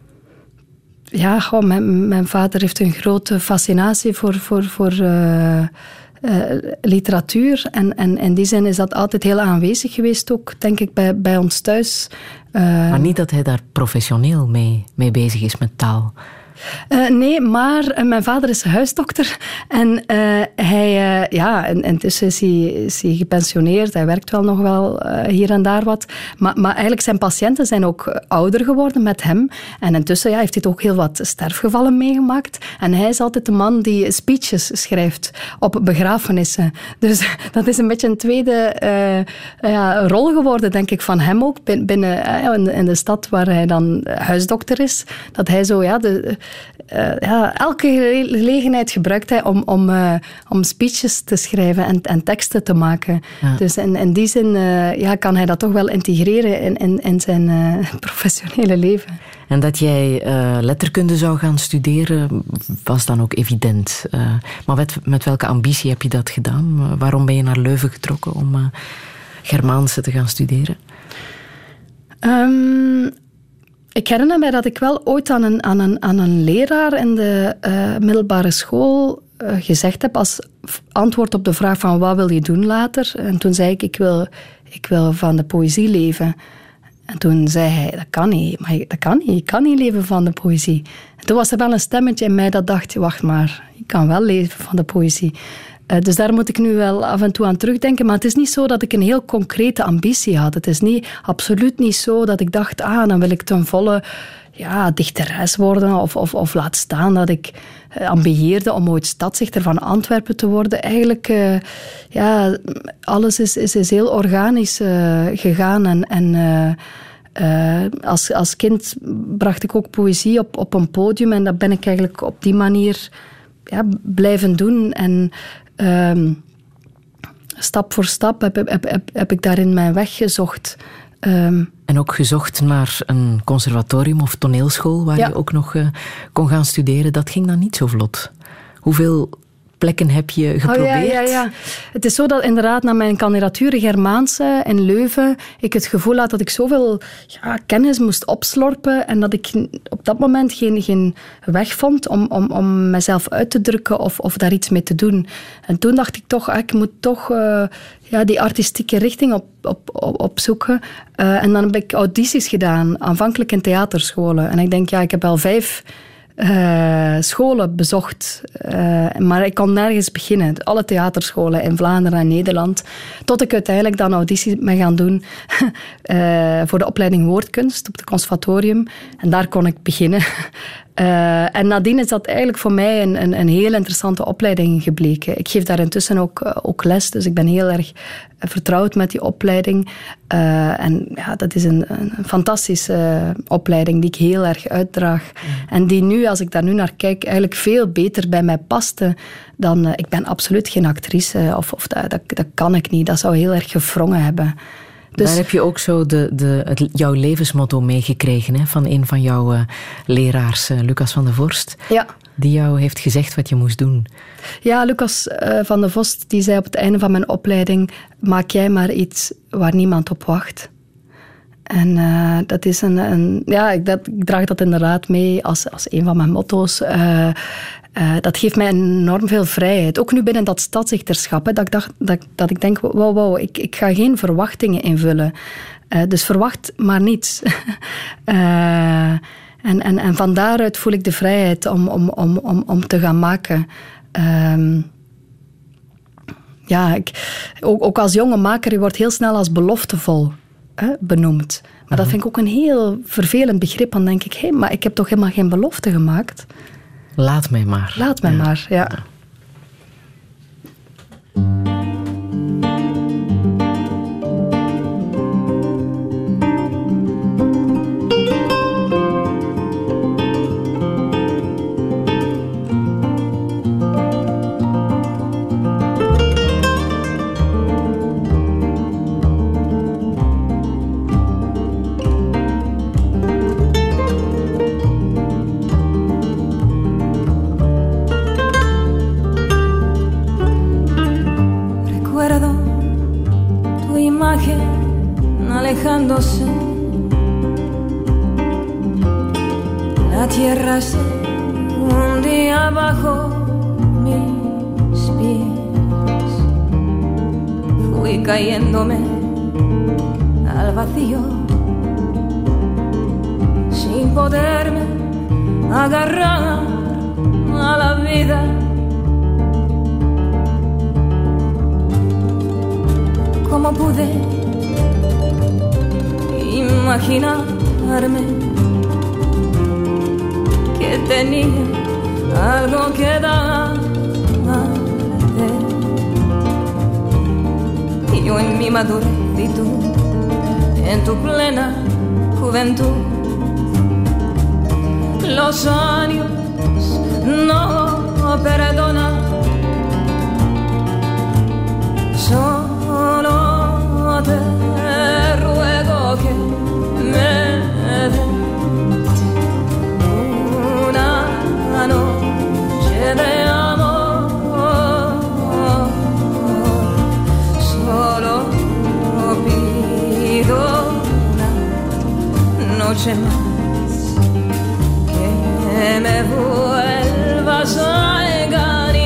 D: Ja, gewoon, mijn, mijn vader heeft een grote fascinatie voor, voor, voor uh, uh, literatuur. En, en in die zin is dat altijd heel aanwezig geweest, ook denk ik bij, bij ons thuis. Uh,
C: maar niet dat hij daar professioneel mee, mee bezig is met taal.
D: Uh, nee, maar uh, mijn vader is huisdokter en uh, hij, uh, ja, en, intussen is hij, is hij gepensioneerd. Hij werkt wel nog wel uh, hier en daar wat. Maar, maar eigenlijk zijn patiënten zijn ook ouder geworden met hem. En intussen ja, heeft hij ook heel wat sterfgevallen meegemaakt. En hij is altijd de man die speeches schrijft op begrafenissen. Dus dat is een beetje een tweede uh, ja, rol geworden, denk ik, van hem ook. Binnen, uh, in, de, in de stad waar hij dan huisdokter is. Dat hij zo, ja... de Uh, ja, elke gelegenheid gebruikt hij om, om, uh, om speeches te schrijven en, en teksten te maken. Ja. Dus in, in die zin uh, ja, kan hij dat toch wel integreren in, in, in zijn uh, professionele leven.
C: En dat jij uh, letterkunde zou gaan studeren, was dan ook evident. Uh, maar met, met welke ambitie heb je dat gedaan? Uh, waarom ben je naar Leuven getrokken om uh, Germaanse te gaan studeren?
D: Um, Ik herinner mij dat ik wel ooit aan een, aan een, aan een leraar in de uh, middelbare school uh, gezegd heb als antwoord op de vraag van wat wil je doen later? En toen zei ik, ik wil, ik wil van de poëzie leven. En toen zei hij, dat kan niet. Maar dat kan niet, ik kan niet leven van de poëzie. En toen was er wel een stemmetje in mij dat dacht, wacht maar, ik kan wel leven van de poëzie. Uh, dus daar moet ik nu wel af en toe aan terugdenken. Maar het is niet zo dat ik een heel concrete ambitie had. Het is niet, absoluut niet zo dat ik dacht, ah, dan wil ik ten volle ja, dichteres worden. Of, of, of laat staan dat ik uh, ambieerde om ooit stadsdichter van Antwerpen te worden. Eigenlijk, uh, ja, alles is, is, is heel organisch uh, gegaan. En... en uh, Uh, als, als kind bracht ik ook poëzie op, op een podium. En dat ben ik eigenlijk op die manier ja, blijven doen. En uh, stap voor stap heb, heb, heb, heb ik daarin mijn weg gezocht. Um,
C: en ook gezocht naar een conservatorium of toneelschool waar ja. je ook nog uh, kon gaan studeren. Dat ging dan niet zo vlot. Hoeveel plekken heb je geprobeerd?
D: Oh, ja, ja, ja. Het is zo dat inderdaad na mijn kandidatuur Germaanse in Leuven ik het gevoel had dat ik zoveel ja, kennis moest opslorpen en dat ik op dat moment geen, geen weg vond om, om, om mezelf uit te drukken of, of daar iets mee te doen. En toen dacht ik toch, ik moet toch uh, ja, die artistieke richting op, op, op, opzoeken. Uh, en dan heb ik audities gedaan, aanvankelijk in theaterscholen. En ik denk, ja, ik heb al vijf... Uh, scholen bezocht, uh, maar ik kon nergens beginnen. Alle theaterscholen in Vlaanderen en Nederland. Tot ik uiteindelijk dan auditie ben gaan doen uh, voor de opleiding woordkunst op het conservatorium. En daar kon ik beginnen. Uh, en nadien is dat eigenlijk voor mij een, een, een heel interessante opleiding gebleken. Ik geef daar intussen ook, uh, ook les, dus ik ben heel erg vertrouwd met die opleiding. Uh, en ja, dat is een, een fantastische uh, opleiding die ik heel erg uitdraag. Mm. En die nu, als ik daar nu naar kijk, eigenlijk veel beter bij mij paste dan... Uh, ik ben absoluut geen actrice, of, of dat, dat, dat kan ik niet. Dat zou heel erg gewrongen hebben.
C: Dus, daar heb je ook zo de, de, het, jouw levensmotto meegekregen, hè, van een van jouw uh, leraars, uh, Lucas van der Vorst.
D: Ja.
C: Die jou heeft gezegd wat je moest doen.
D: Ja, Lucas uh, van der Vorst die zei op het einde van mijn opleiding: maak jij maar iets waar niemand op wacht. En uh, dat is een... een ja, ik, dat, ik draag dat inderdaad mee als, als een van mijn motto's. Uh, uh, dat geeft mij enorm veel vrijheid. Ook nu binnen dat stadsdichterschap. Hè, dat, ik dacht, dat, dat ik denk, wow, wow, ik, ik ga geen verwachtingen invullen. Uh, dus verwacht maar niets. uh, en, en, en van daaruit voel ik de vrijheid om, om, om, om, om te gaan maken. Um, ja, ik, ook, ook als jonge maker, je wordt heel snel als beloftevol Hè, benoemd. Maar mm-hmm. dat vind ik ook een heel vervelend begrip. Dan denk ik, hé, hey, maar ik heb toch helemaal geen belofte gemaakt?
C: Laat mij maar.
D: Laat mij ja. maar, ja. ja.
K: La tierra se hundía bajo mis pies. Fui cayéndome al vacío sin poderme agarrar a la vida. ¿Cómo pude imaginarme que tenía algo que dar? Y yo en mi madurez y tú en tu plena juventud. Los años no perdonan. Solo te ruego que me des una noche de amor. Solo pido una noche más, que me vuelvas a engañar.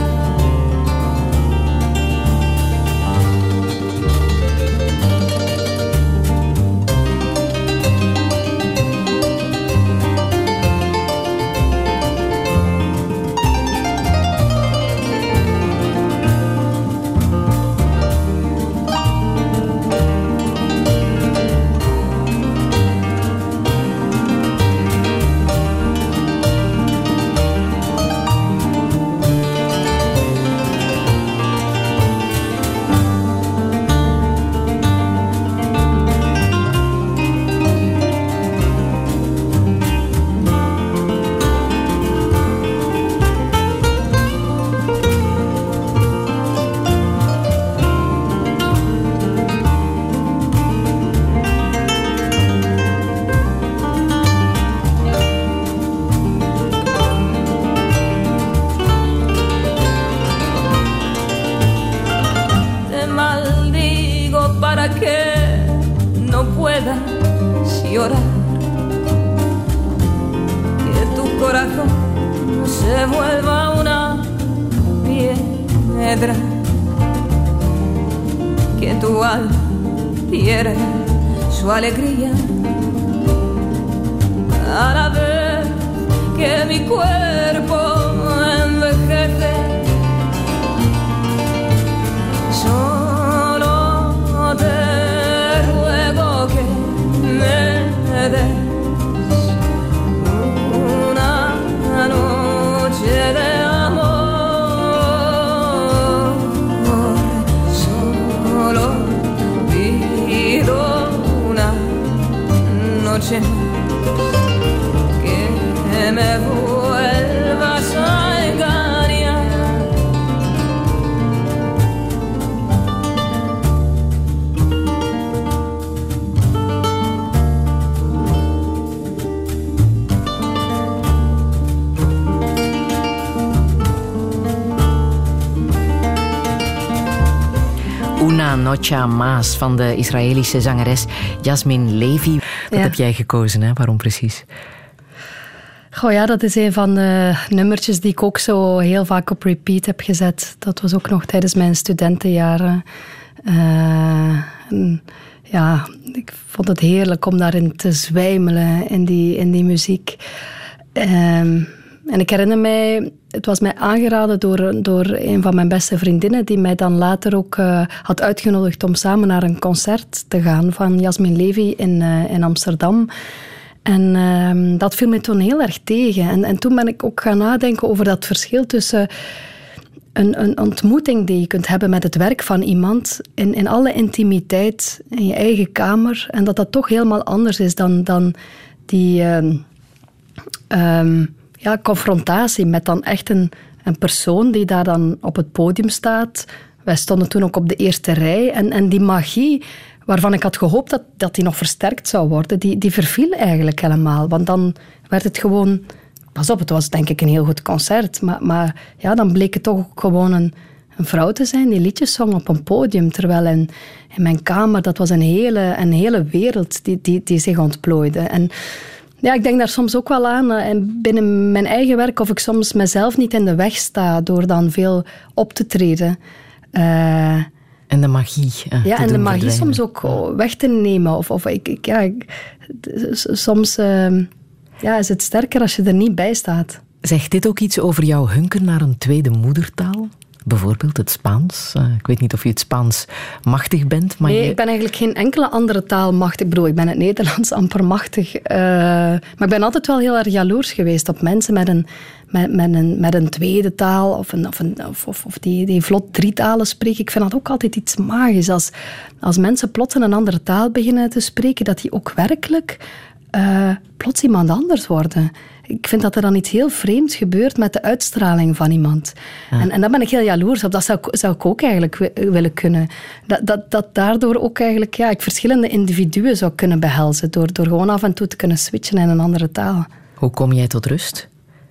K: Llorar, que tu corazón se vuelva una piedra, que tu alma pierda su alegría a la vez que mi cuerpo envejece. Solo te ruego que me des una noche que me vuelvas a engañar.
C: Una Noche Más van de Israëlische zangeres Yasmin Levy. Wat
D: Ja.
C: heb jij gekozen, hè? Waarom precies?
D: Goh ja, dat is een van de nummertjes die ik ook zo heel vaak op repeat heb gezet. Dat was ook nog tijdens mijn studentenjaren. Uh, en ja, ik vond het heerlijk om daarin te zwijmelen, in die, in die muziek. Um, en ik herinner mij, het was mij aangeraden door, door een van mijn beste vriendinnen, die mij dan later ook uh, had uitgenodigd om samen naar een concert te gaan van Yasmin Levy in, uh, in Amsterdam. En uh, dat viel me toen heel erg tegen. En, en toen ben ik ook gaan nadenken over dat verschil tussen een, een ontmoeting die je kunt hebben met het werk van iemand in, in alle intimiteit, in je eigen kamer, en dat dat toch helemaal anders is dan, dan die uh, um, ja, confrontatie met dan echt een, een persoon die daar dan op het podium staat. Wij stonden toen ook op de eerste rij en, en die magie waarvan ik had gehoopt dat, dat die nog versterkt zou worden, die, die verviel eigenlijk helemaal. Want dan werd het gewoon... Pas op, het was denk ik een heel goed concert, maar, maar ja, dan bleek het toch ook gewoon een, een vrouw te zijn die liedjes zong op een podium. Terwijl in, in mijn kamer, dat was een hele, een hele wereld die, die, die zich ontplooide. En ja, ik denk daar soms ook wel aan, en binnen mijn eigen werk, of ik soms mezelf niet in de weg sta door dan veel op te treden. Uh,
C: En de magie. Uh,
D: ja, en de magie
C: verdwijnen.
D: soms ook weg te nemen. Of, of ik, ik, ja, ik, soms uh, ja, is het sterker als je er niet bij staat.
C: Zegt dit ook iets over jouw hunker naar een tweede moedertaal? Bijvoorbeeld het Spaans. Uh, ik weet niet of je het Spaans machtig bent. Maar
D: nee,
C: je...
D: ik ben eigenlijk geen enkele andere taal machtig. Ik bedoel, ik ben het Nederlands amper machtig. Uh, maar ik ben altijd wel heel erg jaloers geweest op mensen met een, met, met een, met een tweede taal. Of, een, of, een, of, of, of die, die vlot drie talen spreken. Ik vind dat ook altijd iets magisch. Als, als mensen plots een andere taal beginnen te spreken, dat die ook werkelijk uh, plots iemand anders worden. Ik vind dat er dan iets heel vreemds gebeurt met de uitstraling van iemand. Ja. En, en daar ben ik heel jaloers op. Dat zou, zou ik ook eigenlijk w- willen kunnen. Dat, dat, dat daardoor ook eigenlijk ja, ik verschillende individuen zou kunnen behelzen. Door, door gewoon af en toe te kunnen switchen in een andere taal.
C: Hoe kom jij tot rust?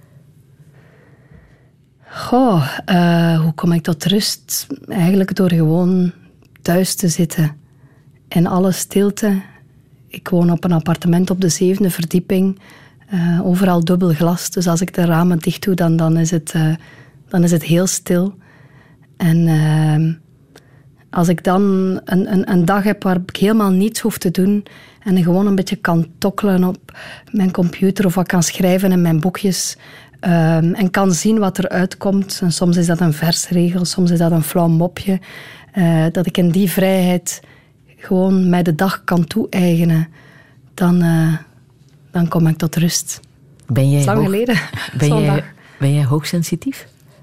D: Goh, uh, hoe kom ik tot rust? Eigenlijk door gewoon thuis te zitten. In alle stilte. Ik woon op een appartement op de zevende verdieping. Uh, overal dubbel glas, dus als ik de ramen dicht doe, dan, dan, is, het, uh, dan is het heel stil. En uh, als ik dan een, een, een dag heb waar ik helemaal niets hoef te doen en gewoon een beetje kan tokkelen op mijn computer of wat kan schrijven in mijn boekjes uh, en kan zien wat er uitkomt. En soms is dat een versregel, soms is dat een flauw mopje. Uh, dat ik in die vrijheid gewoon mij de dag kan toe-eigenen, dan... Uh, dan kom ik tot rust.
C: Ben jij
D: lang
C: hoog,
D: geleden.
C: Ben jij, ben jij hoogsensitief?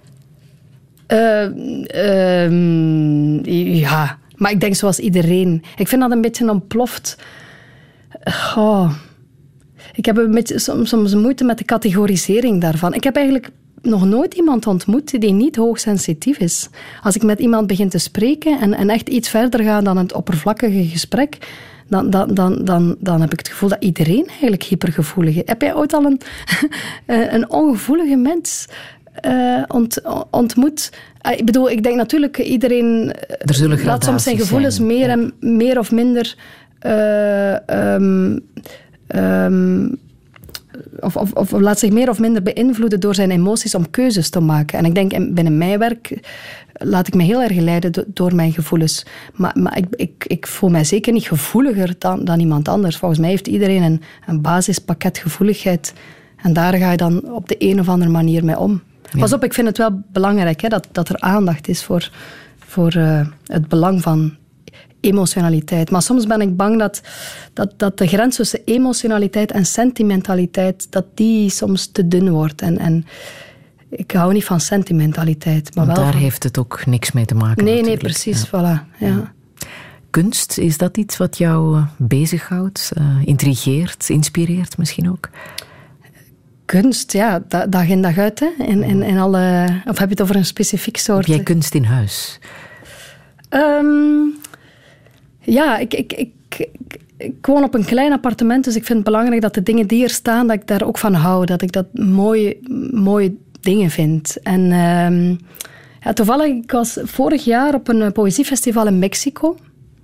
D: Uh, uh, ja, maar ik denk zoals iedereen. Ik vind dat een beetje ontploft. Oh. Ik heb een beetje, soms, soms moeite met de categorisering daarvan. Ik heb eigenlijk nog nooit iemand ontmoet die niet hoogsensitief is. Als ik met iemand begin te spreken en, en echt iets verder ga dan het oppervlakkige gesprek... Dan, dan, dan, dan, dan heb ik het gevoel dat iedereen eigenlijk hypergevoelig is. Heb jij ooit al een, een ongevoelige mens uh, ont, ontmoet? Uh, ik bedoel, ik denk natuurlijk, iedereen laat soms zijn gevoelens zijn. meer, en, meer of minder... Uh, um, um, Of, of, of laat zich meer of minder beïnvloeden door zijn emoties om keuzes te maken. En ik denk, binnen mijn werk laat ik me heel erg leiden do- door mijn gevoelens. Maar, maar ik, ik, ik voel mij zeker niet gevoeliger dan, dan iemand anders. Volgens mij heeft iedereen een, een basispakket gevoeligheid. En daar ga je dan op de een of andere manier mee om. Ja. Pas op, ik vind het wel belangrijk hè, dat, dat er aandacht is voor, voor uh, het belang van emotionaliteit. Maar soms ben ik bang dat, dat, dat de grens tussen emotionaliteit en sentimentaliteit, dat die soms te dun wordt. En, en ik hou niet van sentimentaliteit. Maar
C: Want
D: wel
C: daar
D: van...
C: heeft het ook niks mee te maken.
D: Nee,
C: natuurlijk.
D: nee, precies.
C: Ja.
D: Voilà, ja.
C: kunst, is dat iets wat jou bezighoudt, uh, intrigeert, inspireert misschien ook?
D: Kunst, ja, dag in dag uit. Hè. In, in, in alle, of heb je het over een specifiek soort?
C: Heb jij kunst in huis?
D: Um, ja, ik, ik, ik, ik, ik woon op een klein appartement, dus ik vind het belangrijk dat de dingen die er staan, dat ik daar ook van hou. Dat ik dat mooie, mooie dingen vind. En um, ja, toevallig, ik was vorig jaar op een poëziefestival in Mexico.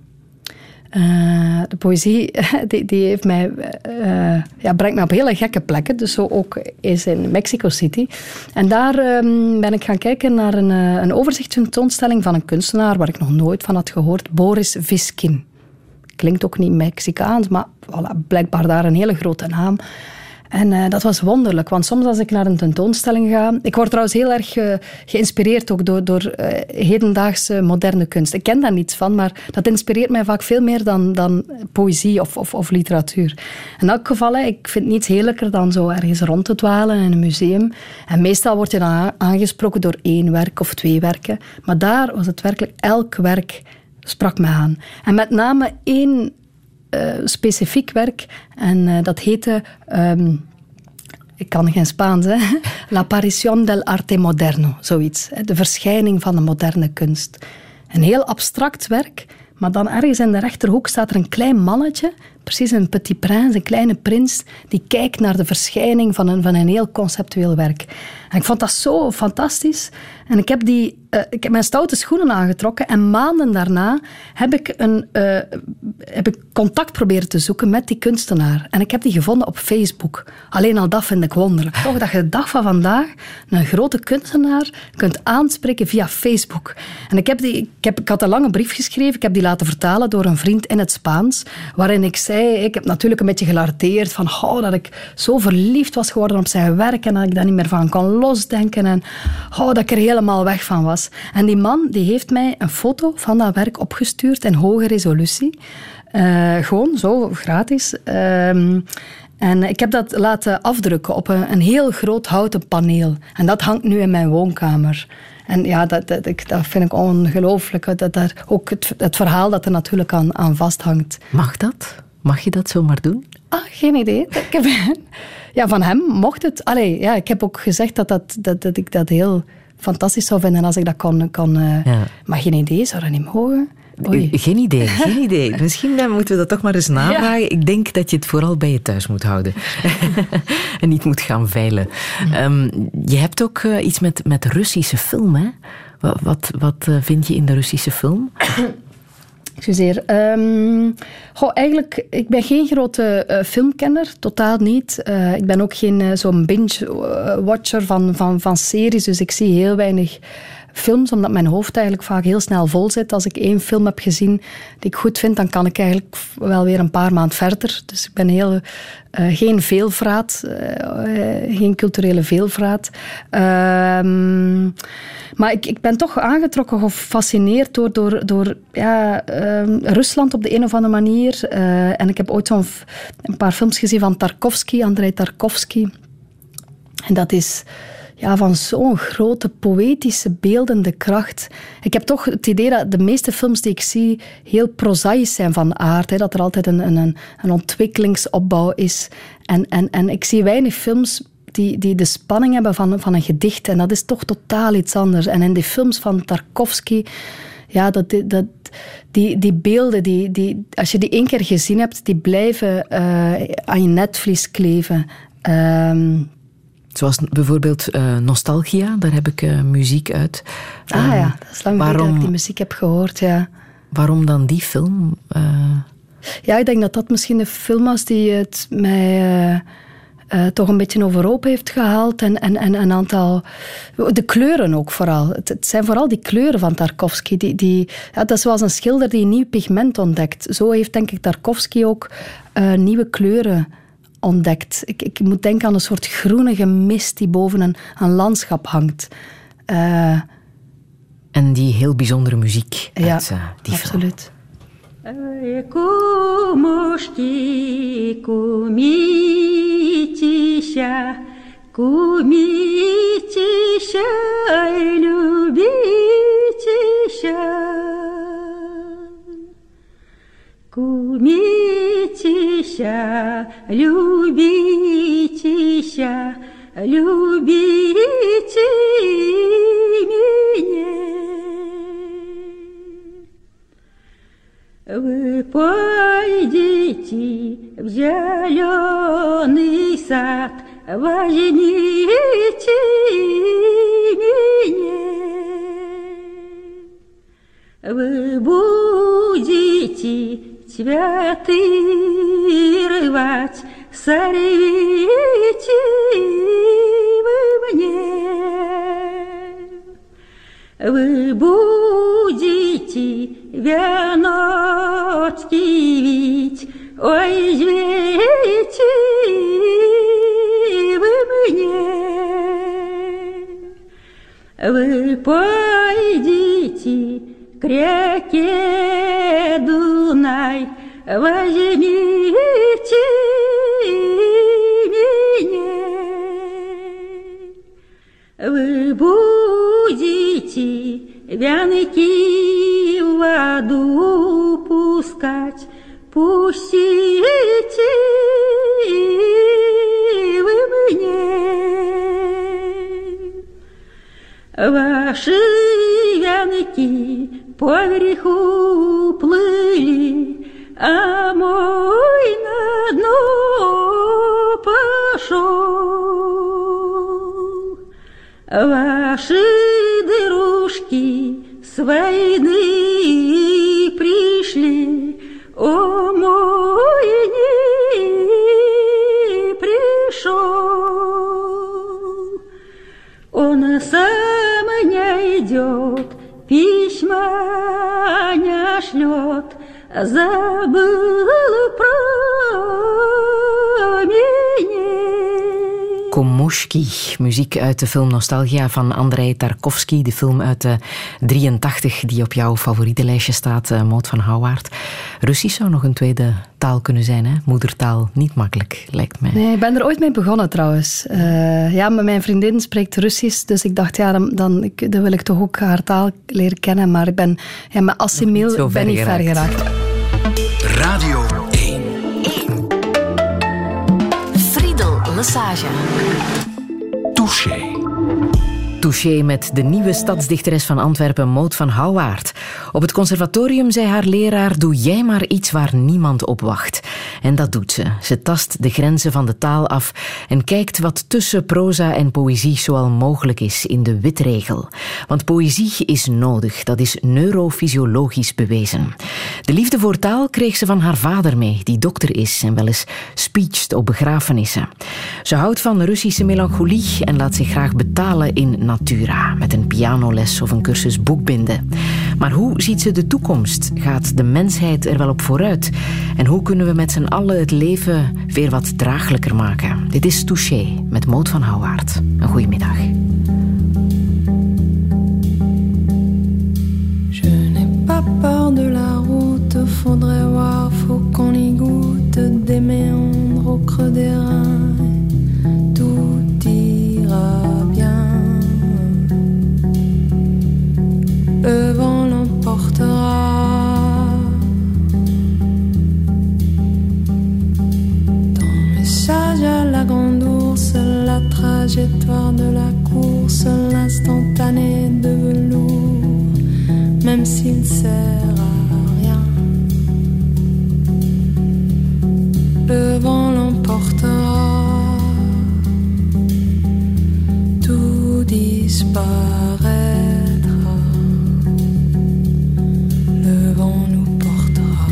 D: Uh, de poëzie die, die heeft mij, uh, ja, brengt mij op hele gekke plekken. Dus zo ook is in Mexico City. En daar um, ben ik gaan kijken naar een, uh, een overzichtstentoonstelling van een kunstenaar waar ik nog nooit van had gehoord. Boris Viskin. Klinkt ook niet Mexicaans, maar voilà, blijkbaar daar een hele grote naam. En uh, dat was wonderlijk, want soms als ik naar een tentoonstelling ga... Ik word trouwens heel erg uh, geïnspireerd ook door, door uh, hedendaagse moderne kunst. Ik ken daar niets van, maar dat inspireert mij vaak veel meer dan, dan poëzie of, of, of literatuur. In elk geval, ik vind niets heerlijker dan zo ergens rond te dwalen in een museum. En meestal word je dan aangesproken door één werk of twee werken. Maar daar was het werkelijk elk werk sprak me aan. En met name één... Uh, specifiek werk. En uh, dat heette... Um, ik kan geen Spaans, hè. La Aparición del Arte Moderno, zoiets. De verschijning van de moderne kunst. Een heel abstract werk, maar dan ergens in de rechterhoek staat er een klein mannetje, precies een petit prince, een kleine prins, die kijkt naar de verschijning van een, van een heel conceptueel werk. En ik vond dat zo fantastisch. En ik heb, die, uh, ik heb mijn stoute schoenen aangetrokken en maanden daarna heb ik, een, uh, heb ik contact proberen te zoeken met die kunstenaar. En ik heb die gevonden op Facebook. Alleen al dat vind ik wonderlijk. Toch dat je de dag van vandaag een grote kunstenaar kunt aanspreken via Facebook. En ik, heb die, ik, heb, ik had een lange brief geschreven, ik heb die laten vertalen door een vriend in het Spaans, waarin ik zei, ik heb natuurlijk een beetje gelardeerd van oh, dat ik zo verliefd was geworden op zijn werk en dat ik daar niet meer van kon losdenken en oh, dat ik er helemaal weg van was. En die man die heeft mij een foto van dat werk opgestuurd in hoge resolutie. Uh, gewoon zo, gratis. Um, en ik heb dat laten afdrukken op een, een heel groot houten paneel. En dat hangt nu in mijn woonkamer. En ja, dat, dat, dat vind ik ongelooflijk. Dat, dat, ook het, het verhaal dat er natuurlijk aan, aan vasthangt.
C: Mag dat? Mag je dat zomaar doen?
D: Ah, geen idee. Ik heb, ja, van hem mocht het. Allee, ja, ik heb ook gezegd dat, dat, dat, dat ik dat heel fantastisch zou vinden als ik dat kon... kon uh, ja. Maar geen idee, zou dat niet mogen? Oei.
C: Geen idee, geen idee. Misschien moeten we dat toch maar eens navragen. Ja. Ik denk dat je het vooral bij je thuis moet houden. En niet moet gaan veilen. Um, je hebt ook uh, iets met, met Russische film, hè? Wat, wat, wat uh, vind je in de Russische film?
D: Excuseer. Um, goh, eigenlijk, ik ben geen grote uh, filmkenner, totaal niet. Uh, ik ben ook geen uh, zo'n binge-watcher van, van, van series, dus ik zie heel weinig films, omdat mijn hoofd eigenlijk vaak heel snel vol zit. Als ik één film heb gezien die ik goed vind, dan kan ik eigenlijk wel weer een paar maanden verder. Dus ik ben heel, uh, geen veelvraat, uh, geen culturele veelvraat. Uh, maar ik, ik ben toch aangetrokken, gefascineerd door, door, door ja, uh, Rusland op de een of andere manier. Uh, en ik heb ooit zo'n f- een paar films gezien van Tarkovsky, Andrei Tarkovsky. En dat is... Ja, van zo'n grote poëtische beeldende kracht. Ik heb toch het idee dat de meeste films die ik zie heel prozaïs zijn van aard. Hè, dat er altijd een, een, een ontwikkelingsopbouw is. En, en, en ik zie weinig films die, die de spanning hebben van, van een gedicht. En dat is toch totaal iets anders. En in die films van Tarkovsky... Ja, dat, dat, die, die beelden, die, die, als je die één keer gezien hebt, die blijven uh, aan je netvlies kleven. Um,
C: Zoals bijvoorbeeld uh, Nostalgia, daar heb ik uh, muziek uit.
D: Ah uh, ja, dat is lang geleden dat ik die muziek heb gehoord, ja.
C: Waarom dan die film? Uh...
D: Ja, ik denk dat dat misschien de film was die het mij uh, uh, toch een beetje overhoop heeft gehaald. En, en, en een aantal... De kleuren ook vooral. Het, het zijn vooral die kleuren van Tarkovsky. Die, die, ja, dat is zoals een schilder die een nieuw pigment ontdekt. Zo heeft denk ik Tarkovsky ook uh, nieuwe kleuren ontdekt. Ik, ik moet denken aan een soort groenige mist die boven een, een landschap hangt. Uh,
C: en die heel bijzondere muziek
D: ja,
C: uit uh, die
D: absoluut.
F: Кумитеся, любитеся, любите меня. Вы пойдите в зеленый сад, возьмите меня. Вы будете цветы рвать, сорвите вы мне. Вы будете веночки вить, ой, извините вы мне. Вы пойдите к реке Дунай, возьмите меня. Вы будете вянки в воду пускать, пустите вы мне. Ваши вянки поверху плыли, а мой на дно пошел. Ваши дырушки с войны пришли, о мой не пришел. Он сам не идет, письма не шлет, забыл про меня.
C: Komushki, muziek uit de film Nostalgia van Andrei Tarkovsky. De film uit de drieëntachtig die op jouw favoriete lijstje staat, uh, Maud van Houwaard. Russisch zou nog een tweede taal kunnen zijn, hè? Moedertaal, niet makkelijk, lijkt mij.
D: Nee, ik ben er ooit mee begonnen trouwens. Uh, ja, mijn vriendin spreekt Russisch, dus ik dacht, ja, dan, dan, ik, dan wil ik toch ook haar taal leren kennen. Maar ik ben, ja, met Assimil ben ik ver geraakt.
A: Radio één.
B: Friedel Lesage.
A: Touché.
C: Touché met de nieuwe stadsdichteres van Antwerpen, Maud van Houwaard. Op het conservatorium zei haar leraar, doe jij maar iets waar niemand op wacht. En dat doet ze. Ze tast de grenzen van de taal af en kijkt wat tussen proza en poëzie zoal mogelijk is in de witregel. Want poëzie is nodig, dat is neurofysiologisch bewezen. De liefde voor taal kreeg ze van haar vader mee, die dokter is en wel eens speecht op begrafenissen. Ze houdt van Russische melancholie en laat zich graag betalen in Natura, met een pianoles of een cursus boekbinden. Maar hoe ziet ze de toekomst? Gaat de mensheid er wel op vooruit? En hoe kunnen we met z'n allen het leven weer wat draaglijker maken? Dit is Touché met Maud van Houwaard. Een goeie middag.
L: Je n'ai pas peur de la route, faudrait voir, faut qu'on y goûte, des méandres au creux des reins, tout ira bien. Le vent l'emportera. Dans Message à la grande ours, la trajectoire de la course, l'instantané de velours, même s'il sert à rien. Le vent l'emportera. Tout disparaît. Le vent nous portera.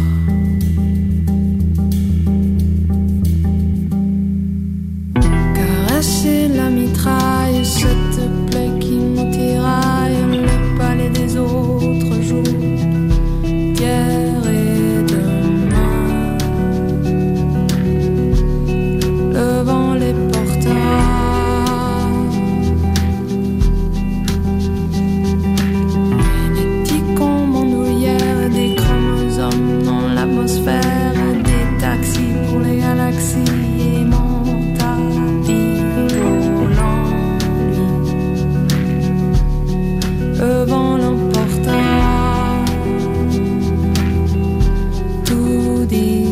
L: Caresser la mitraille, cette plaie qui nous tiraille, le palais des autres jours, d'hier et demain. Le vent les portera. Des taxis pour les galaxies aimant tapis volant lui. Le vent l'emporta. Tout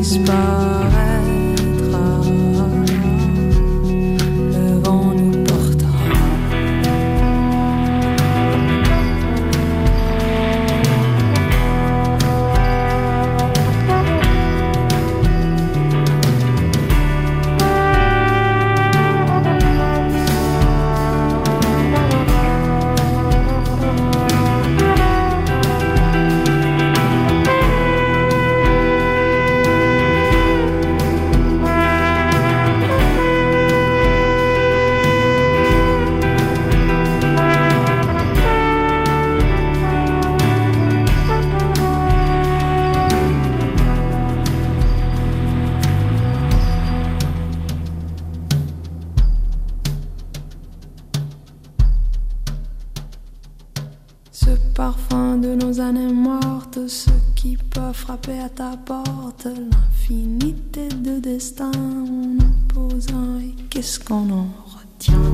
L: Ce parfum de nos années mortes, ce qui peut frapper à ta porte, l'infinité de destin en opposant, et qu'est-ce qu'on en retient?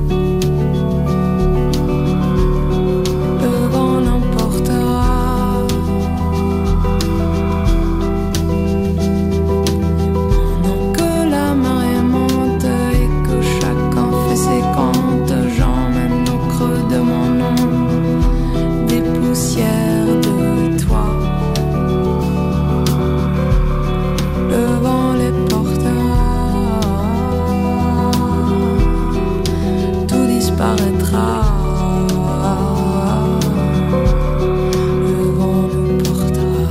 L: Le vent l'emportera. Pendant que la marée monte et que chacun fait ses comptes, j'emmène au creux de mon nom des poussières de toi. Le vent les portera, tout disparaîtra. Le vent nous portera.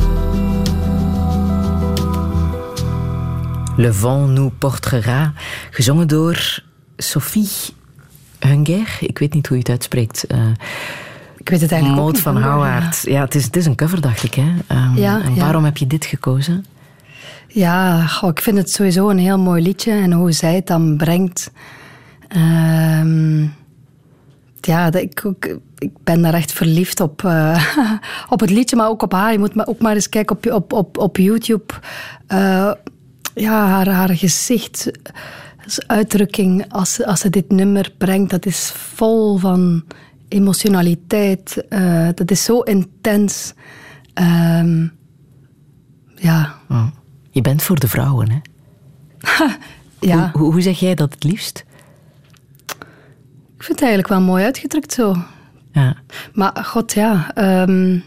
C: Le vent nous portera, gezongen door Sophie Hunger. Ik weet niet hoe je het uitspreekt. Uh,
D: Ik weet het eigenlijk
C: Maud
D: ook niet.
C: van Houwaard. Ja, het is, het is een cover, dacht ik. Hè? Um,
D: Ja,
C: en
D: ja.
C: waarom heb je dit gekozen?
D: Ja, goh, ik vind het sowieso een heel mooi liedje. En hoe zij het dan brengt. Ehm, ja, dat ik, ook, ik ben daar echt verliefd op. Uh, op het liedje, maar ook op haar. Je moet maar ook maar eens kijken op, op, op, op YouTube. Uh, ja, haar, haar gezicht, uitdrukking als, ze- als ze dit nummer brengt, dat is vol van emotionaliteit. Uh, dat is zo intens. Ehm, ja.
C: Oh. Je bent voor de vrouwen, hè?
D: Ja.
C: Hoe, hoe, hoe zeg jij dat het liefst?
D: Ik vind het eigenlijk wel mooi uitgedrukt zo.
C: Ja.
D: Maar god, ja. ehm,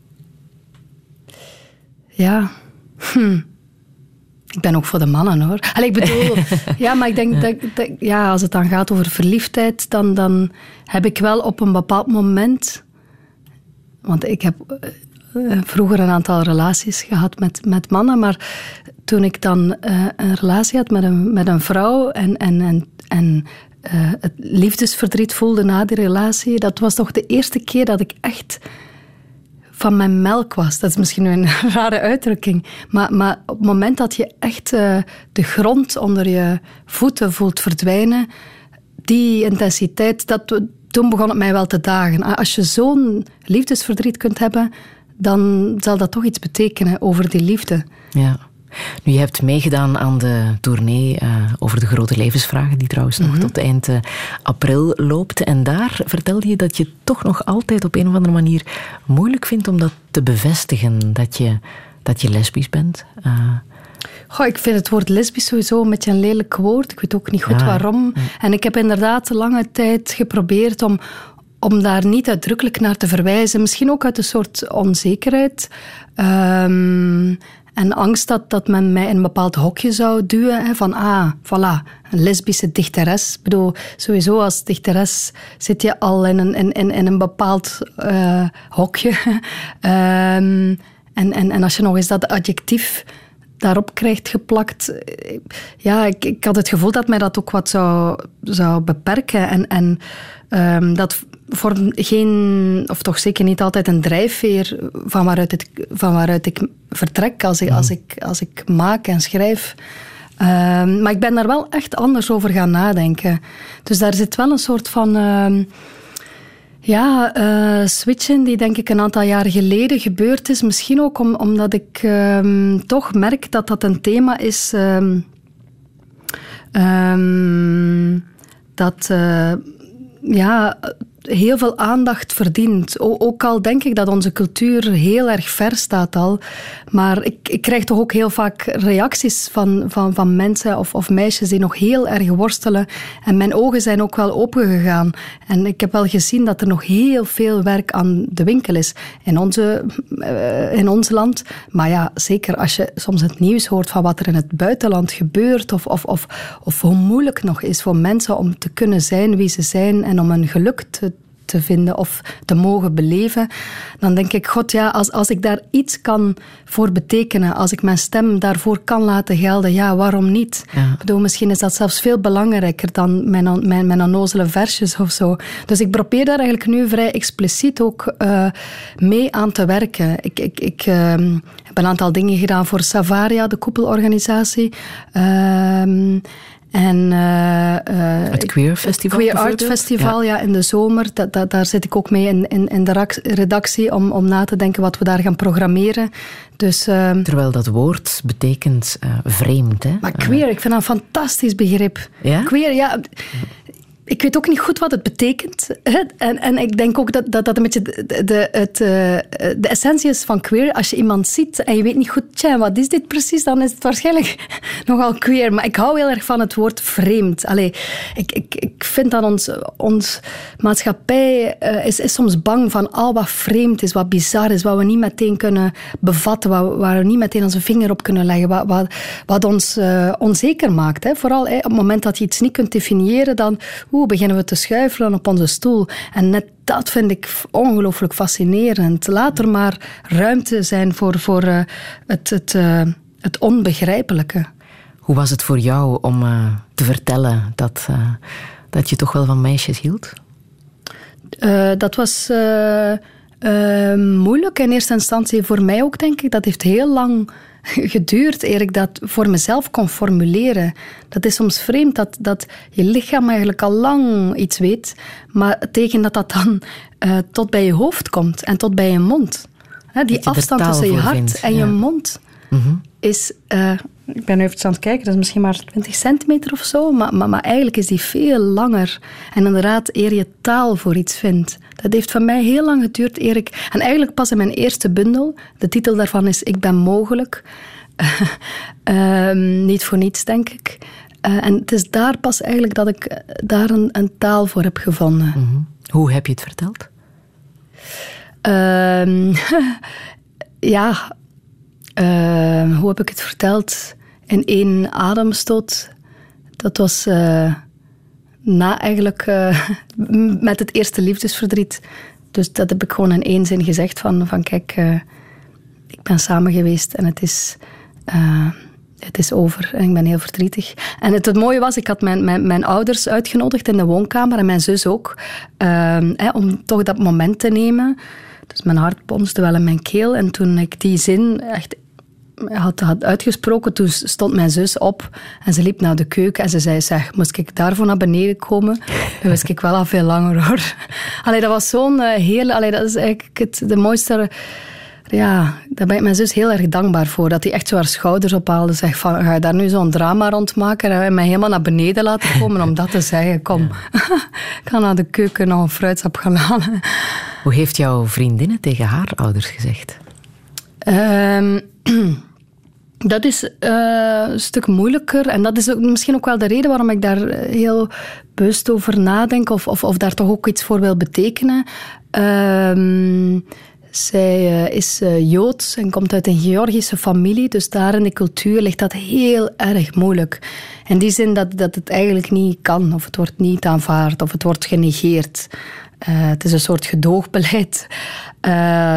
D: ja. Hm. Ik ben ook voor de mannen, hoor. Allee, ik bedoel... ja, maar ik denk dat, dat... Ja, als het dan gaat over verliefdheid, dan, dan heb ik wel op een bepaald moment... Want ik heb eh, vroeger een aantal relaties gehad met, met mannen, maar toen ik dan eh, een relatie had met een, met een vrouw en, en, en, en eh, het liefdesverdriet voelde na die relatie, dat was toch de eerste keer dat ik echt van mijn melk was. Dat is misschien nu een rare uitdrukking. Maar, maar op het moment dat je echt eh, de grond onder je voeten voelt verdwijnen, die intensiteit, dat, toen begon het mij wel te dagen. Als je zo'n liefdesverdriet kunt hebben, dan zal dat toch iets betekenen over die liefde.
C: Ja. Nu, je hebt meegedaan aan de tournee uh, over de grote levensvragen, die trouwens nog
D: Mhm.
C: tot eind uh, april loopt. En daar vertelde je dat je toch nog altijd op een of andere manier moeilijk vindt om dat te bevestigen, dat je, dat je lesbisch bent. Uh,
D: Goh, ik vind het woord lesbisch sowieso een beetje een lelijk woord. Ik weet ook niet goed
C: Ja,
D: waarom.
C: ja.
D: En ik heb inderdaad lange tijd geprobeerd om, om daar niet uitdrukkelijk naar te verwijzen. Misschien ook uit een soort onzekerheid. Ehm, en angst dat, dat men mij in een bepaald hokje zou duwen. Hè, van, ah, voilà, een lesbische dichteres. Ik bedoel, sowieso als dichteres zit je al in een, in, in, in een bepaald eh, hokje. Ehm, en, en, en als je nog eens dat adjectief daarop krijgt geplakt. Ja, ik, ik had het gevoel dat mij dat ook wat zou, zou beperken. En, en um, dat vormt geen, of toch zeker niet altijd een drijfveer van waaruit, het, van waaruit ik vertrek als ik, als ik, als ik maak en schrijf. Um, maar ik ben daar wel echt anders over gaan nadenken. Dus daar zit wel een soort van... Um, Ja, uh, switch in die denk ik een aantal jaar geleden gebeurd is. Misschien ook om, omdat ik um, toch merk dat dat een thema is um, um, dat uh, ja, heel veel aandacht verdient. O- ook al denk ik dat onze cultuur heel erg ver staat al. Maar ik, ik krijg toch ook heel vaak reacties van, van, van mensen of, of meisjes die nog heel erg worstelen. En mijn ogen zijn ook wel opengegaan. En ik heb wel gezien dat er nog heel veel werk aan de winkel is in, onze, uh, in ons land. Maar ja, zeker als je soms het nieuws hoort van wat er in het buitenland gebeurt of, of, of, of hoe moeilijk het nog is voor mensen om te kunnen zijn wie ze zijn en om een geluk te, te vinden of te mogen beleven, dan denk ik, god ja, als, als ik daar iets kan voor betekenen, als ik mijn stem daarvoor kan laten gelden, ja, waarom niet? Ja. Ik bedoel, misschien is dat zelfs veel belangrijker dan mijn, mijn, mijn onnozele versjes of zo. Dus ik probeer daar eigenlijk nu vrij expliciet ook uh, mee aan te werken. Ik, ik, ik uh, heb een aantal dingen gedaan voor Savaria, de koepelorganisatie. Uh, En, uh, uh,
C: het Queer Festival
D: Queer Art Festival, ja. ja, in de zomer. Da, da, daar zit ik ook mee in, in, in de redactie om, om na te denken wat we daar gaan programmeren. Dus, uh,
C: Terwijl dat woord betekent uh, vreemd. Hè?
D: Maar queer, ik vind dat een fantastisch begrip.
C: Ja?
D: Queer, ja... Ik weet ook niet goed wat het betekent. Hè? En, en ik denk ook dat dat, dat een beetje de, de, het, uh, de essentie is van queer. Als je iemand ziet en je weet niet goed, tja, wat is dit precies, dan is het waarschijnlijk nogal queer. Maar ik hou heel erg van het woord vreemd. Allee, ik, ik, ik vind dat ons, ons maatschappij uh, is, is soms bang van al wat vreemd is, wat bizar is, wat we niet meteen kunnen bevatten, wat, waar we niet meteen onze vinger op kunnen leggen, wat, wat, wat ons uh, onzeker maakt. Hè? Vooral hè, op het moment dat je iets niet kunt definiëren, dan Oeh, beginnen we te schuifelen op onze stoel. En net dat vind ik ongelooflijk fascinerend. Laat er maar ruimte zijn voor, voor uh, het, het, uh, het onbegrijpelijke.
C: Hoe was het voor jou om uh, te vertellen dat, uh, dat je toch wel van meisjes hield?
D: Uh, dat was uh, uh, moeilijk in eerste instantie voor mij ook, denk ik. Dat heeft heel lang geduurd eer ik dat voor mezelf kon formuleren. Dat is soms vreemd dat, dat je lichaam eigenlijk al lang iets weet, maar tegen dat dat dan uh, tot bij je hoofd komt en tot bij je mond. He, die afstand tussen je hart vindt, en ja. je mond mm-hmm. is... Uh, ik ben even aan het kijken, dat is misschien maar twintig centimeter of zo, maar, maar, maar eigenlijk is die veel langer. En inderdaad, eer je taal voor iets vindt. Dat heeft van mij heel lang geduurd, eer ik... En eigenlijk pas in mijn eerste bundel, de titel daarvan is Ik ben mogelijk. uh, niet voor niets, denk ik. Uh, en het is daar pas eigenlijk dat ik daar een, een taal voor heb gevonden.
C: Mm-hmm. Hoe heb je het verteld?
D: Uh, ja... Uh, hoe heb ik het verteld? In één ademstoot. Dat was uh, na eigenlijk uh, met het eerste liefdesverdriet. Dus dat heb ik gewoon in één zin gezegd van, van kijk, uh, ik ben samen geweest en het is, uh, het is over en ik ben heel verdrietig. En het, het mooie was, ik had mijn, mijn, mijn ouders uitgenodigd in de woonkamer en mijn zus ook, uh, eh, om toch dat moment te nemen. Dus mijn hart bonsde wel in mijn keel en toen ik die zin echt had, had uitgesproken, toen stond mijn zus op en ze liep naar de keuken en ze zei, zeg, moest ik daarvoor naar beneden komen? Dan wist ik wel al veel langer, hoor. Allee, dat was zo'n uh, heel... Allee, dat is eigenlijk het, de mooiste... Ja, daar ben ik mijn zus heel erg dankbaar voor. Dat hij echt zo haar schouders ophaalde. Zegt van, ga je daar nu zo'n drama rond maken? En mij helemaal naar beneden laten komen om dat te zeggen. Kom, ja. Ik ga naar de keuken nog een fruitsap gaan halen.
C: Hoe heeft jouw vriendinnen tegen haar ouders gezegd?
D: Um, dat is uh, een stuk moeilijker. En dat is ook, misschien ook wel de reden waarom ik daar heel bewust over nadenk. Of, of, of daar toch ook iets voor wil betekenen. Um, Zij uh, is uh, Joods en komt uit een Georgische familie. Dus daar in de cultuur ligt dat heel erg moeilijk. In die zin dat, dat het eigenlijk niet kan. Of het wordt niet aanvaard. Of het wordt genegeerd. Uh, het is een soort gedoogbeleid. Uh,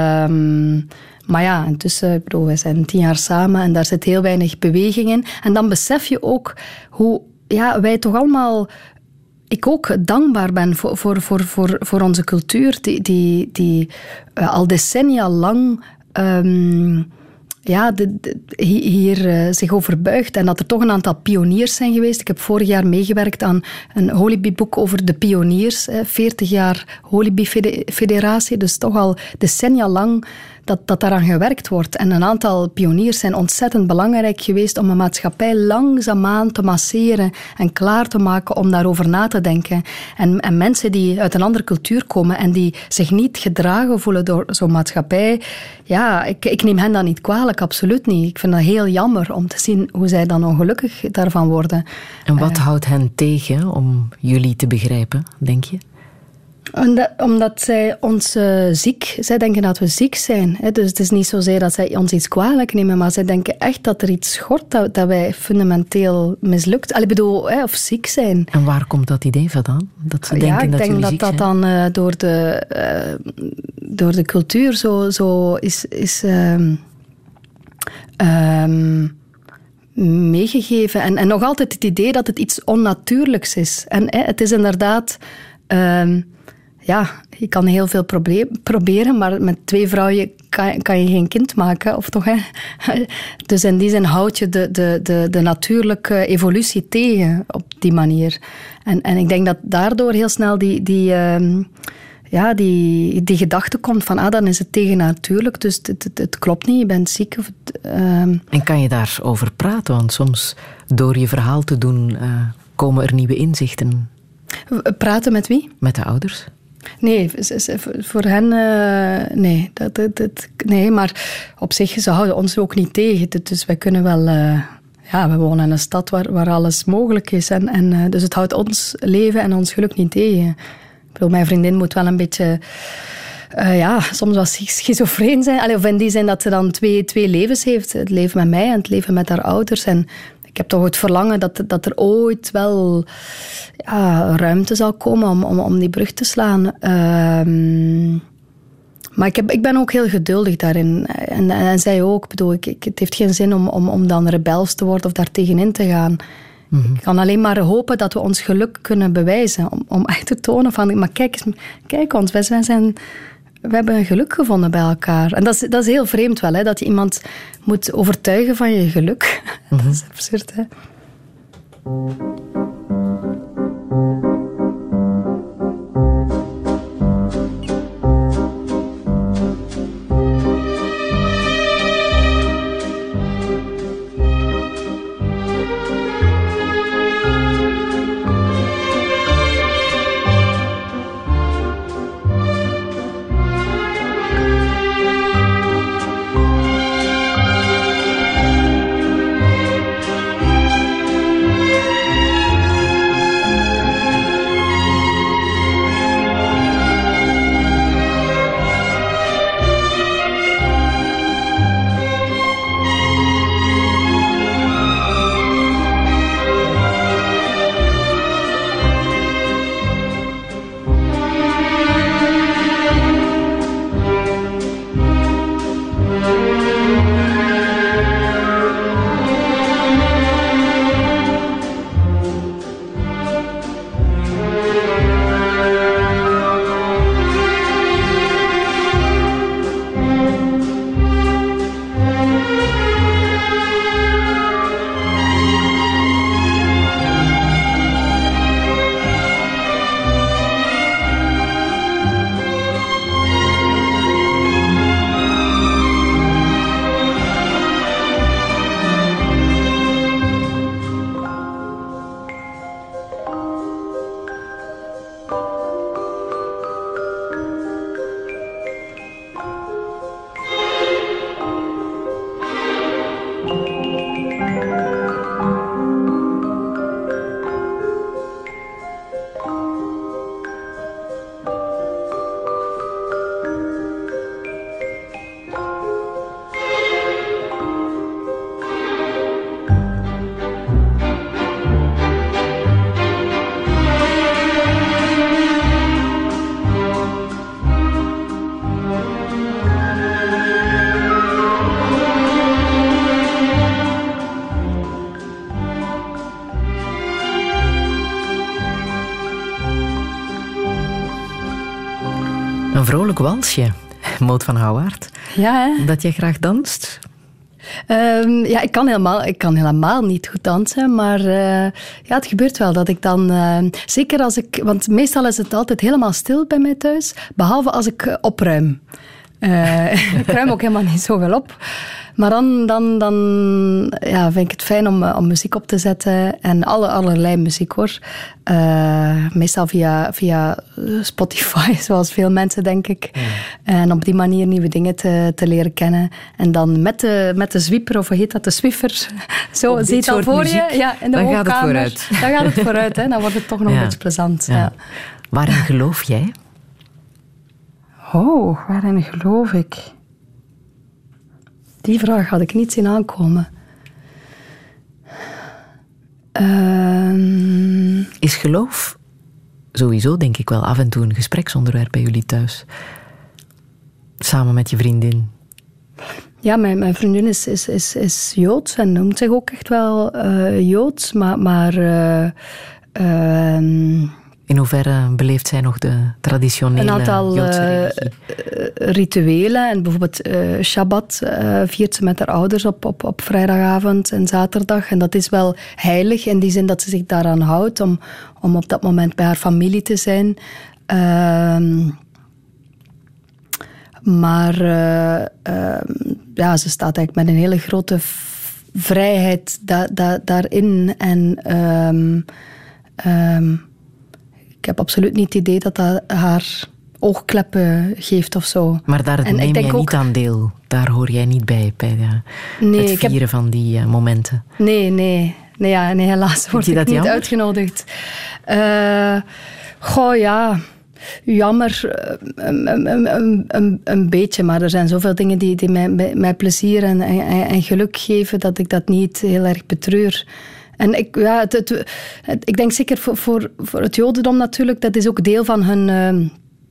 D: maar ja, intussen, ik bedoel, wij zijn tien jaar samen. En daar zit heel weinig beweging in. En dan besef je ook hoe ja, wij toch allemaal... Ik ook dankbaar ben voor, voor, voor, voor, voor onze cultuur, die, die, die uh, al decennia lang um, ja, de, de, hier uh, zich over buigt. En dat er toch een aantal pioniers zijn geweest. Ik heb vorig jaar meegewerkt aan een Holibi-boek over de pioniers. veertig jaar Holibi-federatie. Dus toch al decennia lang dat, dat daaraan gewerkt wordt. En een aantal pioniers zijn ontzettend belangrijk geweest om een maatschappij langzaamaan te masseren en klaar te maken om daarover na te denken. En, en mensen die uit een andere cultuur komen en die zich niet gedragen voelen door zo'n maatschappij, ja, ik, ik neem hen dat niet kwalijk, absoluut niet. Ik vind dat heel jammer om te zien hoe zij dan ongelukkig daarvan worden.
C: En wat uh, houdt hen tegen om jullie te begrijpen, denk je?
D: Omdat, omdat zij ons uh, ziek... Zij denken dat we ziek zijn. Hè? Dus het is niet zozeer dat zij ons iets kwalijk nemen, maar zij denken echt dat er iets schort, dat, dat wij fundamenteel mislukt. Allee, bedoel, hè, of ziek zijn.
C: En waar komt dat idee vandaan? Dat ze
D: ja,
C: denken
D: ik
C: dat
D: denk
C: jullie
D: dat
C: ziek
D: dat
C: zijn?
D: dan uh, door, de, uh, door de cultuur zo, zo is... is um, um, meegegeven. En, en nog altijd het idee dat het iets onnatuurlijks is. En hè, het is inderdaad... Um, ja, je kan heel veel probeer, proberen, maar met twee vrouwen kan, kan je geen kind maken, of toch? Hè? Dus in die zin houd je de, de, de, de natuurlijke evolutie tegen op die manier. En, en ik denk dat daardoor heel snel die... die um, Ja, die, die gedachte komt van, ah, dan is het tegennatuurlijk, dus het, het, het klopt niet, je bent ziek. Of het, um...
C: En kan je daarover praten? Want soms, door je verhaal te doen, uh, komen er nieuwe inzichten.
D: Praten met wie?
C: Met de ouders.
D: Nee, voor hen, uh, nee, dat, dat, dat, nee. Maar op zich, ze houden ons ook niet tegen. Dus wij kunnen wel... Uh, ja, we wonen in een stad waar, waar alles mogelijk is. En, en, uh, dus het houdt ons leven en ons geluk niet tegen. Ik bedoel, mijn vriendin moet wel een beetje... Uh, ja, soms wel schizofreen zijn. Allee, of in die zin dat ze dan twee, twee levens heeft. Het leven met mij en het leven met haar ouders. En ik heb toch het verlangen dat, dat er ooit wel ja, ruimte zal komen om, om, om die brug te slaan. Uh, maar ik, heb, ik ben ook heel geduldig daarin. En, en, en zij ook. Ik bedoel, ik, ik, het heeft geen zin om, om, om dan rebels te worden of daar tegenin te gaan. Mm-hmm. Ik kan alleen maar hopen dat we ons geluk kunnen bewijzen. Om, om echt te tonen van, maar kijk eens, kijk ons, wij zijn... We hebben een geluk gevonden bij elkaar. En dat is, dat is heel vreemd wel, hè, dat je iemand moet overtuigen van je geluk. Mm-hmm. Dat is absurd, hè.
C: Een vrolijk walsje, Maud van Houwaard.
D: Ja, hè?
C: Dat jij graag danst?
D: Um, ja, ik kan, helemaal, ik kan helemaal niet goed dansen, maar uh, ja, het gebeurt wel dat ik dan... Uh, zeker als ik... Want meestal is het altijd helemaal stil bij mij thuis, behalve als ik uh, opruim. Uh, ik ruim ook helemaal niet zoveel op. Maar dan, dan, dan ja, vind ik het fijn om, om muziek op te zetten. En alle, allerlei muziek hoor. Uh, meestal via, via Spotify, zoals veel mensen denk ik. Ja. En op die manier nieuwe dingen te, te leren kennen. En dan met de, met de zwieper, of hoe heet dat, de swiffer. Zo, zie je het al voor muziek, je? Ja, in de
C: dan
D: woonkamer.
C: Gaat het vooruit.
D: Dan gaat het vooruit. Hè. Dan wordt het toch nog ja. een beetje plezant. Ja. Ja.
C: Waarin geloof jij?
D: Oh, waarin geloof ik? Die vraag had ik niet zien aankomen. Uh...
C: Is geloof sowieso, denk ik wel, af en toe een gespreksonderwerp bij jullie thuis? Samen met je vriendin?
D: Ja, mijn, mijn vriendin is, is, is, is Joods en noemt zich ook echt wel uh, Joods, maar... maar uh, uh,
C: In hoeverre beleeft zij nog de traditionele
D: Joodse religie? Een aantal uh, rituelen. En bijvoorbeeld uh, Shabbat uh, viert ze met haar ouders op, op, op vrijdagavond en zaterdag. En dat is wel heilig in die zin dat ze zich daaraan houdt om, om op dat moment bij haar familie te zijn. Uh, maar uh, uh, ja, ze staat eigenlijk met een hele grote v- vrijheid da- da- daarin. En... Um, um, Ik heb absoluut niet het idee dat dat haar oogkleppen geeft of zo.
C: Maar daar
D: en
C: neem jij
D: ook,
C: niet aan deel? Daar hoor jij niet bij, bij de,
D: nee,
C: het vieren heb, van die uh, momenten?
D: Nee, nee. Nee, ja, nee helaas word ik niet jammer? uitgenodigd. Uh, goh, ja... Jammer, een, een, een, een, een beetje. Maar er zijn zoveel dingen die, die mij, mij plezier en, en, en geluk geven... dat ik dat niet heel erg betreur. En ik, ja, het, het, het, ik denk zeker voor, voor, voor het Jodendom natuurlijk, dat is ook deel van hun, uh,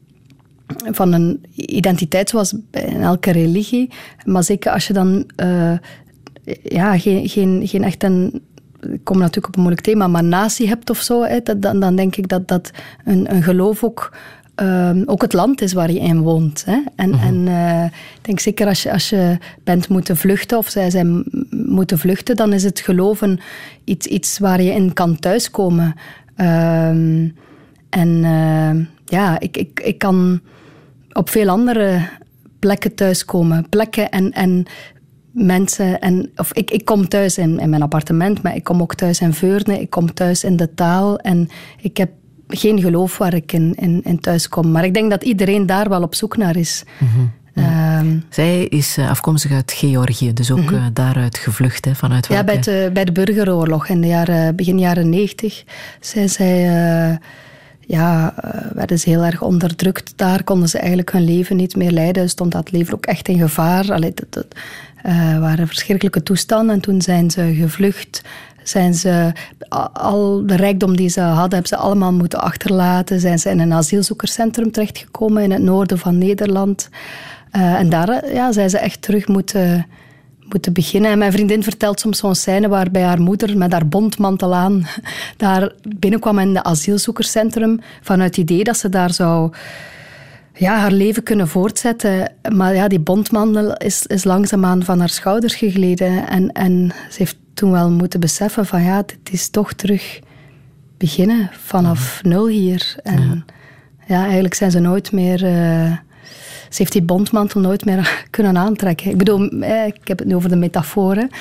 D: van hun identiteit, zoals in elke religie. Maar zeker als je dan uh, ja, geen, geen, geen echt een... Ik kom natuurlijk op een moeilijk thema, maar natie hebt of zo, hè, dat, dan, dan denk ik dat, dat een, een geloof ook... Uh, ook het land is waar je in woont. Hè? En, mm-hmm. en uh, ik denk zeker als je, als je bent moeten vluchten, of zij zijn moeten vluchten, dan is het geloven iets, iets waar je in kan thuiskomen. Uh, en uh, ja, ik, ik, ik kan op veel andere plekken thuiskomen. Plekken en, en mensen. En, of ik, ik kom thuis in, in mijn appartement, maar ik kom ook thuis in Veurne. Ik kom thuis in de taal. En ik heb geen geloof waar ik in, in, in thuis kom. Maar ik denk dat iedereen daar wel op zoek naar is.
C: Mm-hmm. Ja. Um, Zij is afkomstig uit Georgië, dus ook mm-hmm. uh, daaruit gevlucht. Hè, vanuit
D: ja, bij, de, bij de burgeroorlog in de jaren, begin jaren negentig zijn zij... Uh, ja, uh, werden ze heel erg onderdrukt. Daar konden ze eigenlijk hun leven niet meer leiden. Stond dat leven ook echt in gevaar. Allee, dat, dat uh, waren verschrikkelijke toestanden. En toen zijn ze gevlucht... Zijn ze, al de rijkdom die ze hadden, hebben ze allemaal moeten achterlaten. Zijn ze in een asielzoekerscentrum terechtgekomen in het noorden van Nederland. Uh, en daar ja, zijn ze echt terug moeten, moeten beginnen. En mijn vriendin vertelt soms zo'n scène waarbij haar moeder met haar bontmantel aan daar binnenkwam in het asielzoekerscentrum vanuit het idee dat ze daar zou... Ja, haar leven kunnen voortzetten. Maar ja, die bontmantel is, is langzaamaan van haar schouders gegleden. En, en ze heeft toen wel moeten beseffen van ja, het is toch terug beginnen vanaf nul hier. En ja, ja eigenlijk zijn ze nooit meer... Uh, ze heeft die bontmantel nooit meer kunnen aantrekken. Ik bedoel, eh, ik heb het nu over de metaforen.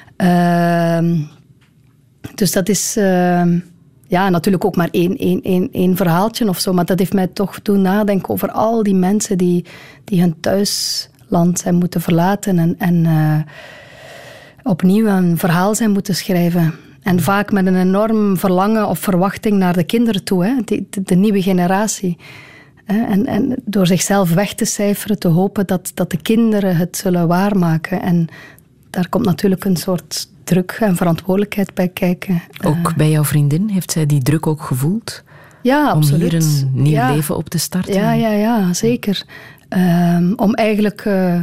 D: Uh, dus dat is... Uh, Ja, natuurlijk ook maar één, één, één, één verhaaltje of zo. Maar dat heeft mij toch doen nadenken over al die mensen die, die hun thuisland zijn moeten verlaten. En, en uh, opnieuw een verhaal zijn moeten schrijven. En vaak met een enorm verlangen of verwachting naar de kinderen toe. Hè? De, de, de nieuwe generatie. En, en door zichzelf weg te cijferen, te hopen dat, dat de kinderen het zullen waarmaken. En daar komt natuurlijk een soort... druk en verantwoordelijkheid bij kijken.
C: Ook uh, bij jouw vriendin? Heeft zij die druk ook gevoeld?
D: Ja,
C: om
D: absoluut.
C: Om hier een nieuw
D: ja.
C: leven op te starten?
D: Ja, ja, ja zeker. Um, om eigenlijk uh,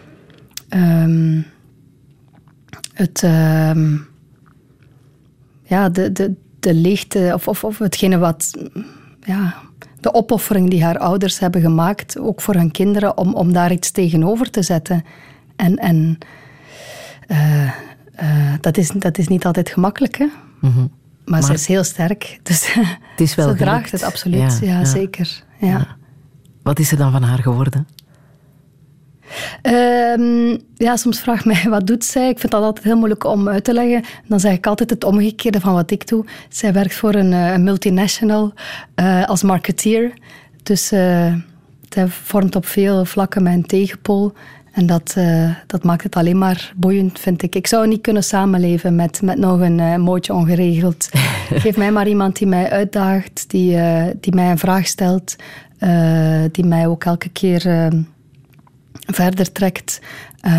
D: um, het... Um, ja, de, de, de leegte, of, of, of hetgene wat... Ja, de opoffering die haar ouders hebben gemaakt, ook voor hun kinderen, om, om daar iets tegenover te zetten. En... en uh, Uh, dat, is, dat is niet altijd gemakkelijk, hè? Mm-hmm. Maar, maar ze is heel sterk. Dus
C: het is wel
D: ze
C: gelukt.
D: draagt het absoluut, ja, ja, ja. zeker. Ja. Ja.
C: Wat is er dan van haar geworden?
D: Um, ja, soms vraagt mij wat doet zij. Ik vind dat altijd heel moeilijk om uit te leggen. Dan zeg ik altijd het omgekeerde van wat ik doe. Zij werkt voor een, een multinational uh, als marketeer. Dus uh, zij vormt op veel vlakken mijn tegenpool. En dat, uh, dat maakt het alleen maar boeiend, vind ik. Ik zou niet kunnen samenleven met, met nog een uh, mootje ongeregeld. Geef mij maar iemand die mij uitdaagt, die, uh, die mij een vraag stelt, uh, die mij ook elke keer uh, verder trekt. Uh,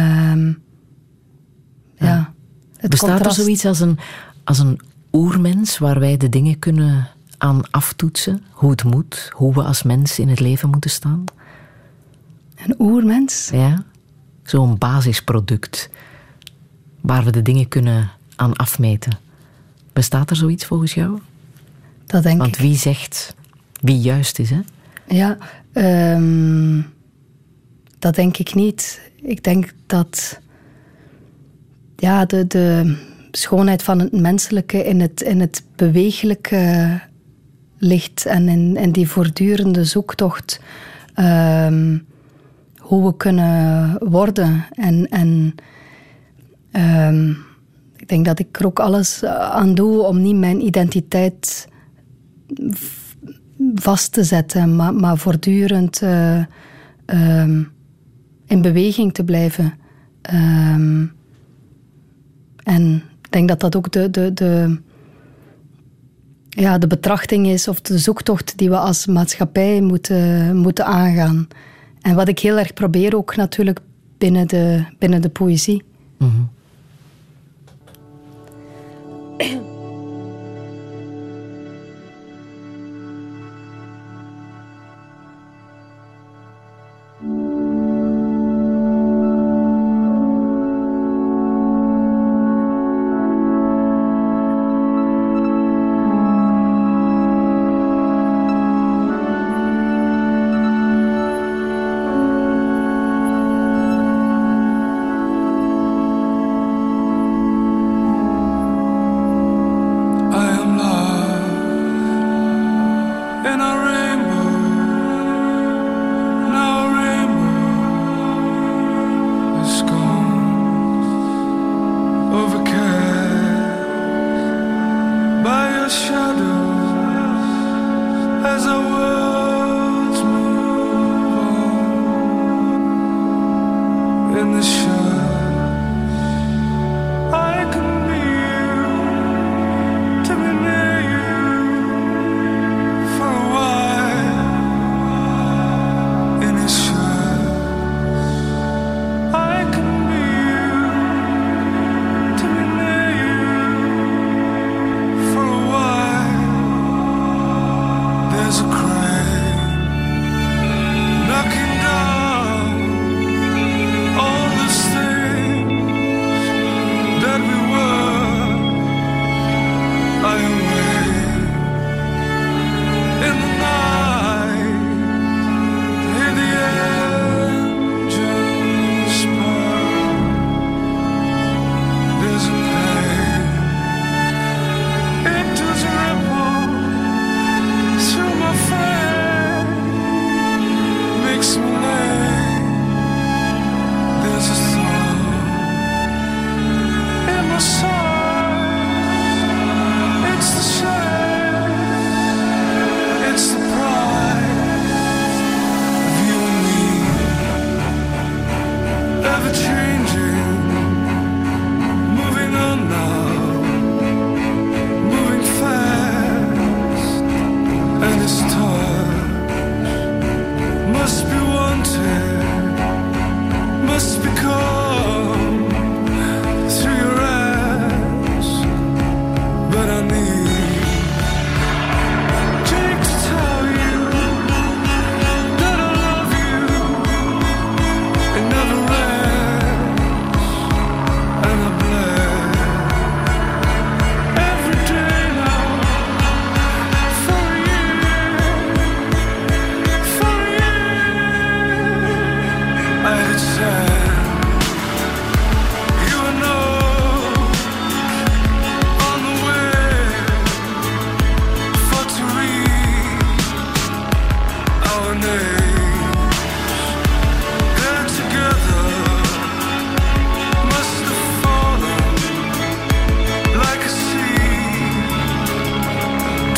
D: ja. Ja, het
C: Bestaat
D: contrast.
C: er zoiets als een, als een oermens waar wij de dingen kunnen aan aftoetsen? Hoe het moet, hoe we als mens in het leven moeten staan?
D: Een oermens?
C: Ja. Zo'n basisproduct waar we de dingen kunnen aan afmeten. Bestaat er zoiets volgens jou?
D: Dat denk
C: Want
D: ik.
C: wie zegt wie juist is, hè?
D: Ja, um, dat denk ik niet. Ik denk dat ja, de, de schoonheid van het menselijke in het, in het bewegelijke ligt en in, in die voortdurende zoektocht. Um, hoe we kunnen worden. En, en um, ik denk dat ik er ook alles aan doe om niet mijn identiteit v- vast te zetten, maar, maar voortdurend uh, um, in beweging te blijven. Um, en ik denk dat dat ook de, de, de, ja, de betrachting is, of de zoektocht die we als maatschappij moeten, moeten aangaan. En wat ik heel erg probeer ook natuurlijk binnen de, binnen de poëzie.
C: Mm-hmm.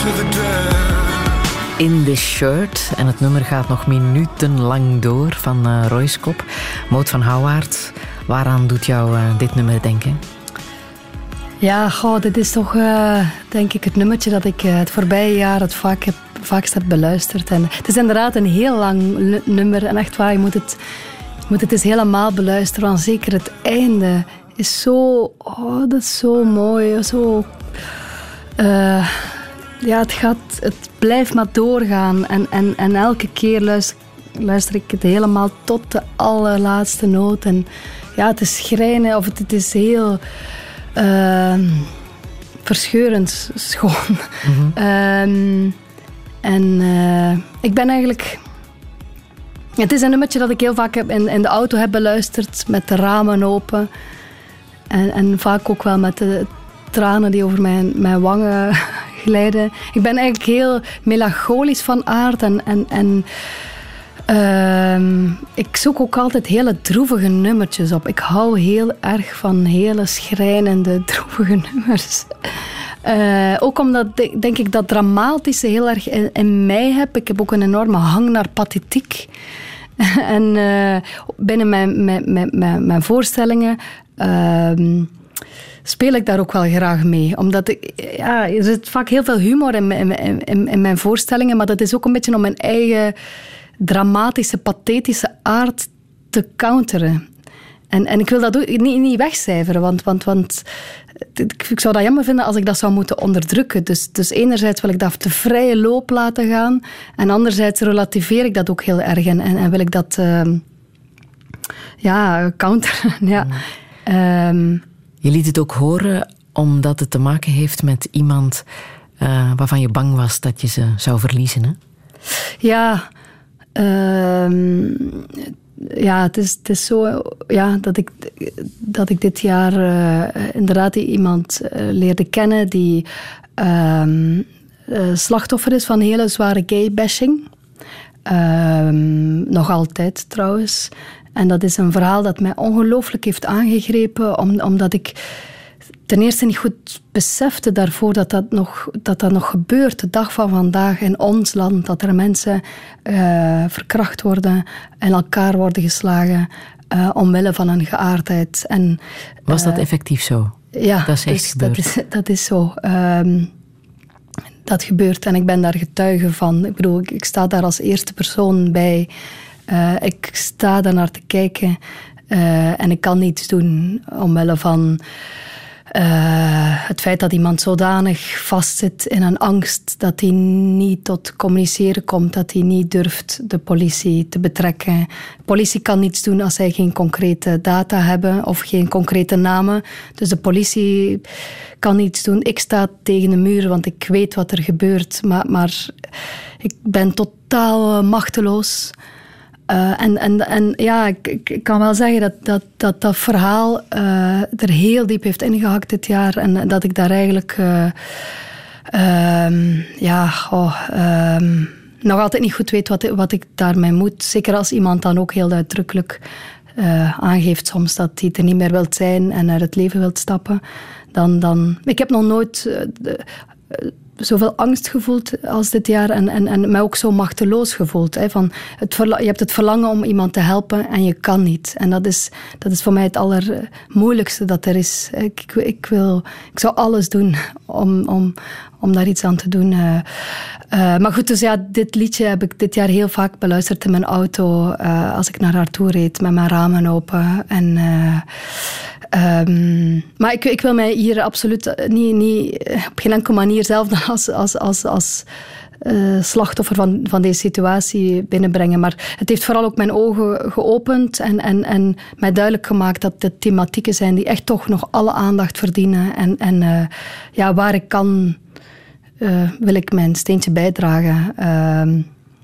A: to the dirt.
C: In the Shirt. En het nummer gaat nog minutenlang door van uh, Royskop. Maud van Houwaard, waaraan doet jou uh, dit nummer denken?
D: Ja, goh, dit is toch uh, denk ik het nummertje dat ik uh, het voorbije jaar het vaak heb, vaakst heb beluisterd. En het is inderdaad een heel lang l- nummer. En echt waar, je moet het, je moet het eens helemaal beluisteren. Want zeker het einde is zo... Oh, dat is zo mooi. Zo... Uh, ja, het gaat... Het blijft maar doorgaan. En, en, en elke keer luister, luister ik het helemaal tot de allerlaatste noot. En ja, het is schrijnen of het, het is heel... Uh, verscheurend schoon. Mm-hmm. Um, en uh, ik ben eigenlijk... Het is een nummertje dat ik heel vaak heb in, in de auto heb beluisterd, met de ramen open. En, en vaak ook wel met de tranen die over mijn, mijn wangen glijden. Ik ben eigenlijk heel melancholisch van aard en... en, en Uh, ik zoek ook altijd hele droevige nummertjes op. Ik hou heel erg van hele schrijnende, droevige nummers. Uh, ook omdat, denk ik, dat dramatische heel erg in, in mij heb. Ik heb ook een enorme hang naar pathetiek. en uh, binnen mijn, mijn, mijn, mijn, mijn voorstellingen... Uh, speel ik daar ook wel graag mee. Omdat ik, ja, er zit vaak heel veel humor in, in, in, in mijn voorstellingen, maar dat is ook een beetje om mijn eigen dramatische, pathetische aard te counteren. En, en ik wil dat ook niet, niet wegcijferen, want, want, want ik, ik zou dat jammer vinden als ik dat zou moeten onderdrukken. Dus, dus enerzijds wil ik dat te vrije loop laten gaan, en anderzijds relativeer ik dat ook heel erg en, en, en wil ik dat uh, ja, counteren. ja. Um,
C: Je liet het ook horen omdat het te maken heeft met iemand uh, waarvan je bang was dat je ze zou verliezen, hè?
D: Ja, uh, ja het, is, het is zo ja, dat, ik, dat ik dit jaar uh, inderdaad iemand uh, leerde kennen die uh, uh, slachtoffer is van hele zware gay-bashing. Uh, nog altijd trouwens. En dat is een verhaal dat mij ongelooflijk heeft aangegrepen, om, omdat ik ten eerste niet goed besefte daarvoor dat dat, nog, dat dat nog gebeurt, de dag van vandaag in ons land, dat er mensen uh, verkracht worden en elkaar worden geslagen uh, omwille van hun geaardheid. En,
C: Was dat
D: uh,
C: effectief zo?
D: Ja,
C: dat is echt
D: dus
C: gebeurd.
D: Dat is, dat is zo. Um, dat gebeurt en ik ben daar getuige van. Ik bedoel, ik, ik sta daar als eerste persoon bij. Uh, ik sta daar naar te kijken uh, en ik kan niets doen omwille van uh, het feit dat iemand zodanig vastzit in een angst dat hij niet tot communiceren komt, dat hij niet durft de politie te betrekken. De politie kan niets doen als zij geen concrete data hebben of geen concrete namen. Dus de politie kan niets doen. Ik sta tegen de muur, want ik weet wat er gebeurt, maar, maar ik ben totaal machteloos. Uh, en, en, en ja, ik, ik kan wel zeggen dat dat, dat, dat verhaal uh, er heel diep heeft ingehakt dit jaar. En dat ik daar eigenlijk uh, um, ja, oh, um, nog altijd niet goed weet wat, wat ik daarmee moet. Zeker als iemand dan ook heel uitdrukkelijk uh, aangeeft soms dat hij er niet meer wilt zijn en uit het leven wilt stappen. Dan, dan, ik heb nog nooit... Uh, de, uh, zoveel angst gevoeld als dit jaar en, en, en mij ook zo machteloos gevoeld. Hè, van het verla- je hebt het verlangen om iemand te helpen en je kan niet. En dat is, dat is voor mij het allermoeilijkste dat er is. Ik, ik, ik, wil, ik zou alles doen om, om, om daar iets aan te doen. Uh, uh, maar goed, dus ja, dit liedje heb ik dit jaar heel vaak beluisterd in mijn auto uh, als ik naar haar toe reed met mijn ramen open. En... Uh, Um, maar ik, ik wil mij hier absoluut niet, niet op geen enkele manier zelf als, als, als, als uh, slachtoffer van, van deze situatie binnenbrengen. Maar het heeft vooral ook mijn ogen geopend en, en, en mij duidelijk gemaakt dat dit thematieken zijn die echt toch nog alle aandacht verdienen. En, en uh, ja, waar ik kan, uh, wil ik mijn steentje bijdragen. Uh,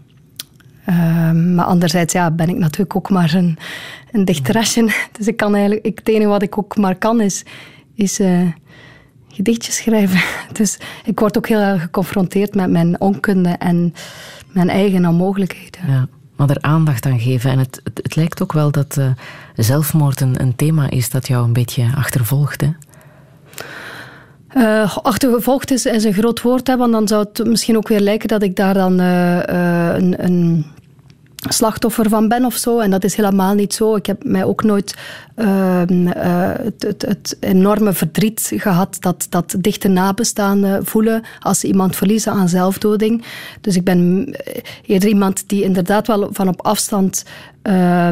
D: uh, maar anderzijds ja, ben ik natuurlijk ook maar een... een dichteresje. Dus ik kan eigenlijk, het enige wat ik ook maar kan is, is uh, gedichtjes schrijven. Dus ik word ook heel erg geconfronteerd met mijn onkunde en mijn eigen onmogelijkheden.
C: Ja, maar er aandacht aan geven. En het, het, het lijkt ook wel dat uh, zelfmoord een, een thema is dat jou een beetje achtervolgt, hè?
D: Uh, achtervolgd is, is een groot woord, hè, want dan zou het misschien ook weer lijken dat ik daar dan uh, uh, een, een slachtoffer van ben of zo. En dat is helemaal niet zo. Ik heb mij ook nooit uh, uh, het, het, het enorme verdriet gehad dat, dat dichte nabestaanden voelen als ze iemand verliezen aan zelfdoding. Dus ik ben eerder iemand die inderdaad wel van op afstand Uh,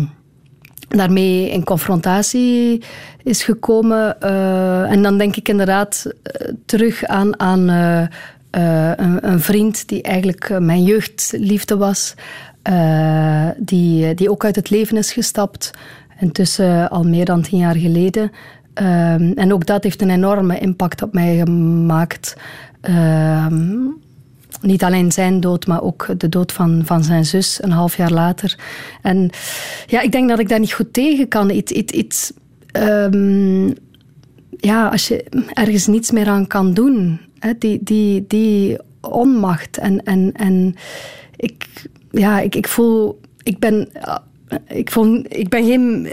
D: daarmee in confrontatie is gekomen. Uh, en dan denk ik inderdaad uh, terug aan, aan uh, uh, een, een vriend die eigenlijk uh, mijn jeugdliefde was. Uh, die, die ook uit het leven is gestapt. Intussen uh, al meer dan tien jaar geleden. Uh, en ook dat heeft een enorme impact op mij gemaakt. Uh, Niet alleen zijn dood, maar ook de dood van, van zijn zus een half jaar later. En ja, ik denk dat ik daar niet goed tegen kan. Iets, iets, iets, um, ja, als je ergens niets meer aan kan doen. Hè, die, die, die onmacht. En, en, en ik, ja, ik, ik voel... Ik ben, ik voel, ik ben geen...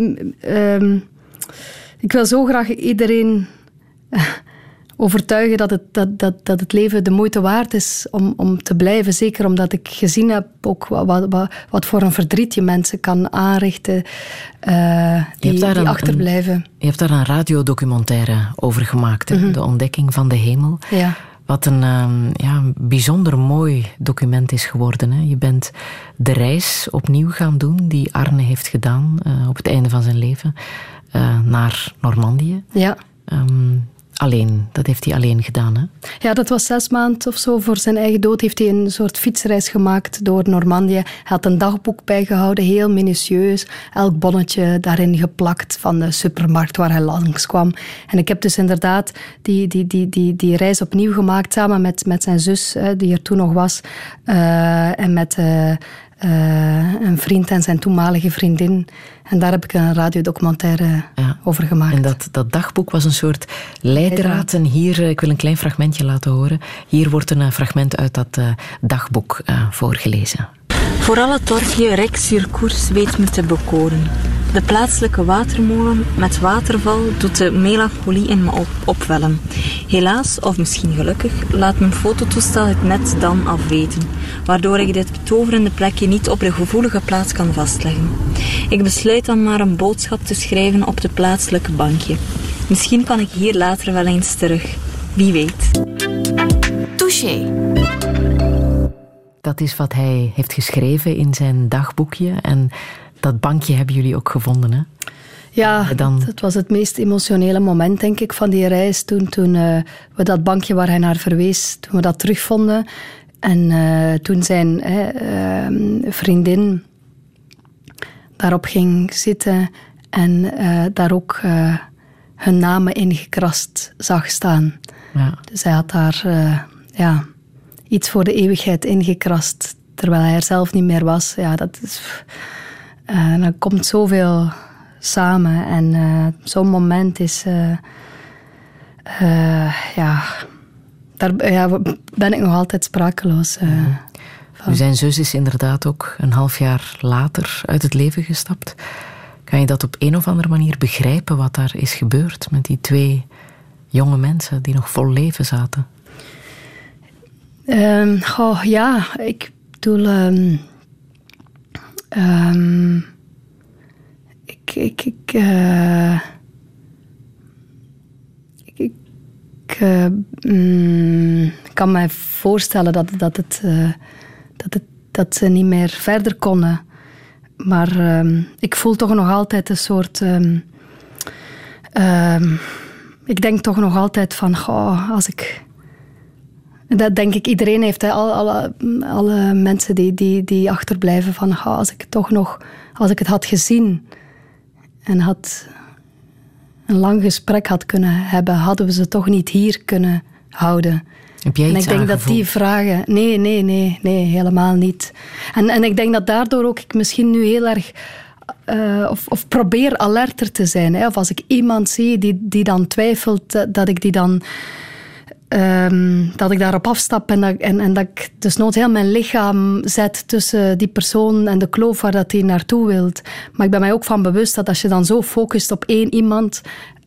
D: Um, ik wil zo graag iedereen overtuigen dat het, dat, dat, dat het leven de moeite waard is om, om te blijven. Zeker omdat ik gezien heb ook wat, wat, wat voor een verdriet je mensen kan aanrichten uh, die, die een, achterblijven.
C: Een, je hebt daar een radiodocumentaire over gemaakt, mm-hmm. De ontdekking van de hemel.
D: Ja.
C: Wat een um, ja, bijzonder mooi document is geworden. Hè. Je bent de reis opnieuw gaan doen die Arne heeft gedaan uh, op het einde van zijn leven uh, naar Normandië.
D: Ja.
C: Um, Alleen, dat heeft hij alleen gedaan, hè?
D: Ja, dat was zes maanden of zo. Voor zijn eigen dood heeft hij een soort fietsreis gemaakt door Normandië. Hij had een dagboek bijgehouden, heel minutieus. Elk bonnetje daarin geplakt van de supermarkt waar hij langskwam. En ik heb dus inderdaad die, die, die, die, die reis opnieuw gemaakt, samen met, met zijn zus, die er toen nog was. Uh, en met uh, uh, een vriend en zijn toenmalige vriendin. En daar heb ik een radiodocumentaire ja. over gemaakt.
C: En dat, dat dagboek was een soort leidraad. En hier, ik wil een klein fragmentje laten horen. Hier wordt een fragment uit dat uh, dagboek uh, voorgelezen.
M: Vooral het dorpje Rijk-sur-Cours weet me te bekoren. De plaatselijke watermolen met waterval doet de melancholie in me op- opwellen. Helaas, of misschien gelukkig, laat mijn fototoestel het net dan afweten, waardoor ik dit betoverende plekje niet op de gevoelige plaats kan vastleggen. Ik besluit dan maar een boodschap te schrijven op de plaatselijke bankje. Misschien kan ik hier later wel eens terug. Wie weet.
B: Touché.
C: Dat is wat hij heeft geschreven in zijn dagboekje. En dat bankje hebben jullie ook gevonden, hè?
D: Ja, dan... dat was het meest emotionele moment, denk ik, van die reis. Toen, toen uh, we dat bankje waar hij naar verwees, toen we dat terugvonden. En uh, toen zijn uh, vriendin daarop ging zitten en uh, daar ook uh, hun namen ingekrast zag staan.
C: Ja.
D: Dus hij had daar uh, ja, iets voor de eeuwigheid ingekrast, terwijl hij er zelf niet meer was. Ja, dat is... Uh, dan komt zoveel samen en uh, zo'n moment is... Uh, uh, ja, daar ja, ben ik nog altijd sprakeloos. Uh,
C: van. Zijn zus is inderdaad ook een half jaar later uit het leven gestapt. Kan je dat op een of andere manier begrijpen, wat daar is gebeurd met die twee jonge mensen die nog vol leven zaten?
D: Um, oh, ja, ik bedoel... Um, um, ik... ik, ik uh, ik, ik uh, mm, kan me voorstellen dat, dat, het, uh, dat, het, dat ze niet meer verder konden. Maar um, ik voel toch nog altijd een soort... Um, um, ik denk toch nog altijd van... Oh, als ik... Dat denk ik, iedereen heeft. Hè, alle, alle, alle mensen die, die, die achterblijven van... Oh, als ik toch nog... Als ik het had gezien... En had... Een lang gesprek had kunnen hebben... Hadden we ze toch niet hier kunnen houden.
C: Heb jij
D: en
C: iets
D: ik denk
C: aangevoeld?
D: dat die vragen... Nee, nee, nee, nee, helemaal niet. En, en ik denk dat daardoor ook ik misschien nu heel erg... Uh, of, of probeer alerter te zijn. Hè. Of als ik iemand zie die, die dan twijfelt... Dat ik die dan... Um, dat ik daarop afstap en dat, en, en dat ik dus nooit heel mijn lichaam zet tussen die persoon en de kloof waar dat die naartoe wilt. Maar ik ben mij ook van bewust dat als je dan zo focust op één iemand...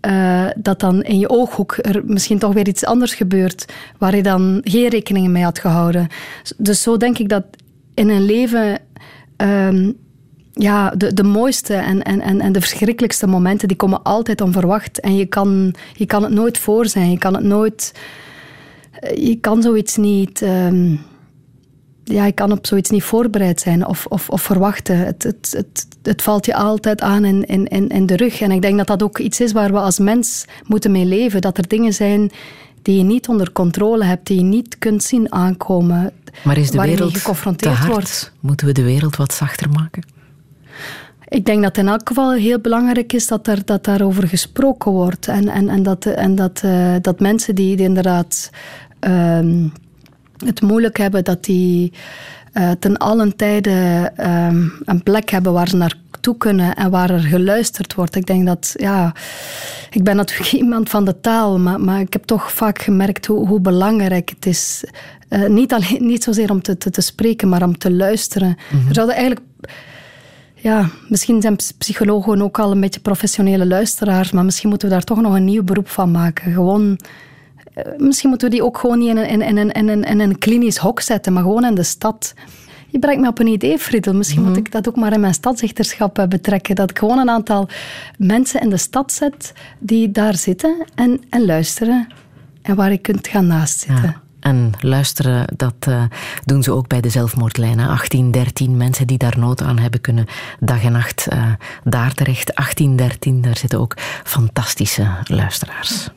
D: uh, dat dan in je ooghoek er misschien toch weer iets anders gebeurt, waar je dan geen rekening mee had gehouden. Dus zo denk ik dat in een leven... Um, ja, de, de mooiste en, en, en de verschrikkelijkste momenten, die komen altijd onverwacht. En je kan, je kan het nooit voor zijn. Je kan het nooit... Je kan zoiets niet... Um, ja, je kan op zoiets niet voorbereid zijn of, of, of verwachten. Het, het, het, het valt je altijd aan in, in, in de rug. En ik denk dat dat ook iets is waar we als mens moeten mee leven. Dat er dingen zijn die je niet onder controle hebt, die je niet kunt zien aankomen.
C: Maar is de wereld
D: je geconfronteerd
C: te hard?
D: Wordt.
C: Moeten we de wereld wat zachter maken?
D: Ik denk dat in elk geval heel belangrijk is dat, er, dat daarover gesproken wordt. En, en, en, dat, en dat, uh, dat mensen die, die inderdaad um, het moeilijk hebben, dat die uh, ten allen tijde um, een plek hebben waar ze naartoe kunnen en waar er geluisterd wordt. Ik denk dat, ja... Ik ben natuurlijk iemand van de taal, maar, maar ik heb toch vaak gemerkt hoe, hoe belangrijk het is. Uh, niet, alleen, niet zozeer om te, te, te spreken, maar om te luisteren. Mm-hmm. Er zouden eigenlijk... Ja, misschien zijn psychologen ook al een beetje professionele luisteraars, maar misschien moeten we daar toch nog een nieuw beroep van maken. Gewoon, misschien moeten we die ook gewoon niet in een, in, in, in, in, in een klinisch hok zetten, maar gewoon in de stad. Je brengt me op een idee, Friedel. Misschien mm-hmm. moet ik dat ook maar in mijn stadsdichterschap betrekken. Dat ik gewoon een aantal mensen in de stad zet die daar zitten en, en luisteren. En waar je kunt gaan naast zitten.
C: Ja. En luisteren, dat uh, doen ze ook bij de zelfmoordlijn. achttien dertien, mensen die daar nood aan hebben, kunnen dag en nacht uh, daar terecht. achttien dertien, daar zitten ook fantastische luisteraars.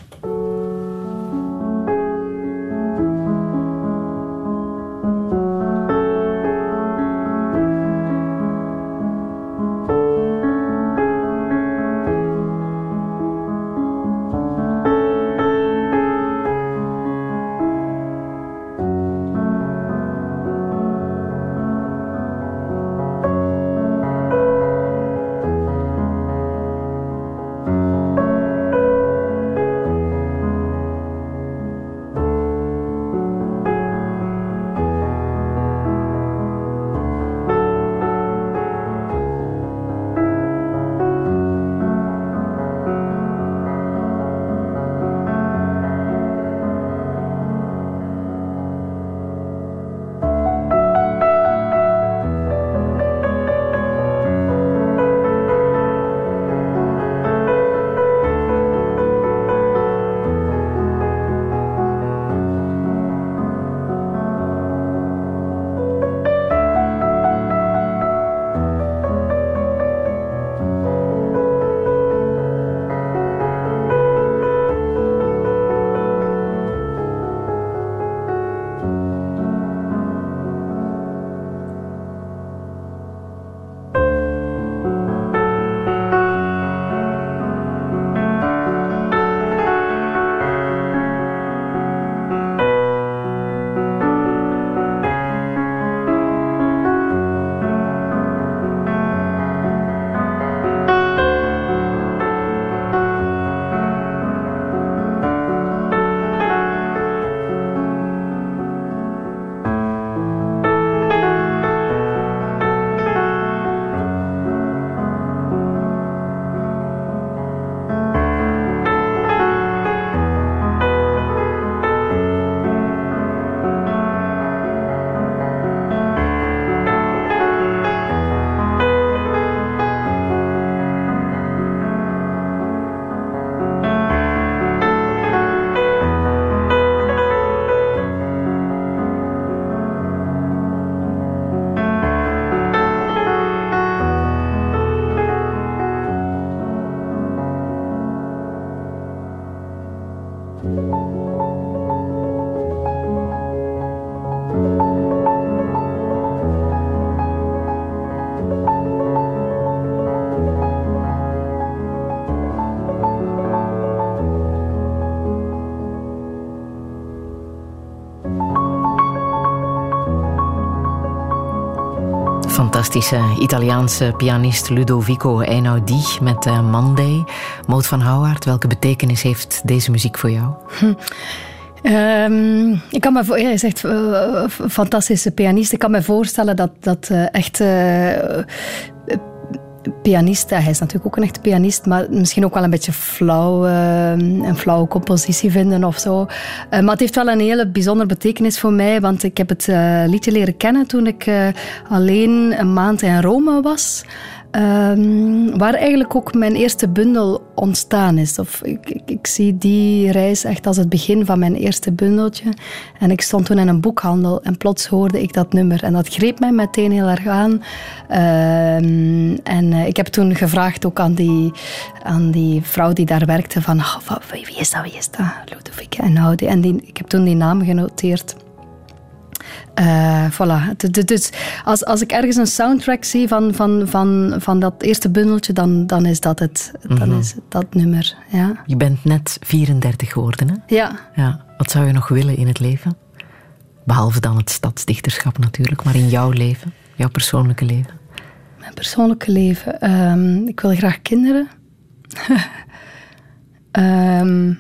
C: Fantastische Italiaanse pianist Ludovico Einaudi met uh, Monday. Maud van Houwaard, welke betekenis heeft deze muziek voor jou?
D: Hm. Um, ik kan me voor, ja, je zegt uh, fantastische pianist. Ik kan me voorstellen dat dat uh, echt uh, pianist. Hij is natuurlijk ook een echte pianist, maar misschien ook wel een beetje flauw, uh, een flauwe compositie vinden of zo. Uh, maar het heeft wel een hele bijzondere betekenis voor mij, want ik heb het uh, liedje leren kennen toen ik uh, alleen een maand in Rome was. Um, waar eigenlijk ook mijn eerste bundel ontstaan is. Of ik, ik, ik zie die reis echt als het begin van mijn eerste bundeltje. En ik stond toen in een boekhandel en plots hoorde ik dat nummer. En dat greep mij meteen heel erg aan. Um, en uh, ik heb toen gevraagd ook aan die, aan die vrouw die daar werkte van oh, wie is dat, wie is dat? Ludovica Einaudi. En die, ik heb toen die naam genoteerd. Uh, voilà. Dus als, als ik ergens een soundtrack zie van, van, van, van dat eerste bundeltje, dan, dan is dat het. Dan mm-hmm. is dat nummer. Ja.
C: Je bent net vierendertig geworden, hè?
D: Ja.
C: ja. Wat zou je nog willen in het leven? Behalve dan het stadsdichterschap natuurlijk, maar in jouw leven, jouw persoonlijke leven?
D: Mijn persoonlijke leven? Um, ik wil graag kinderen. um,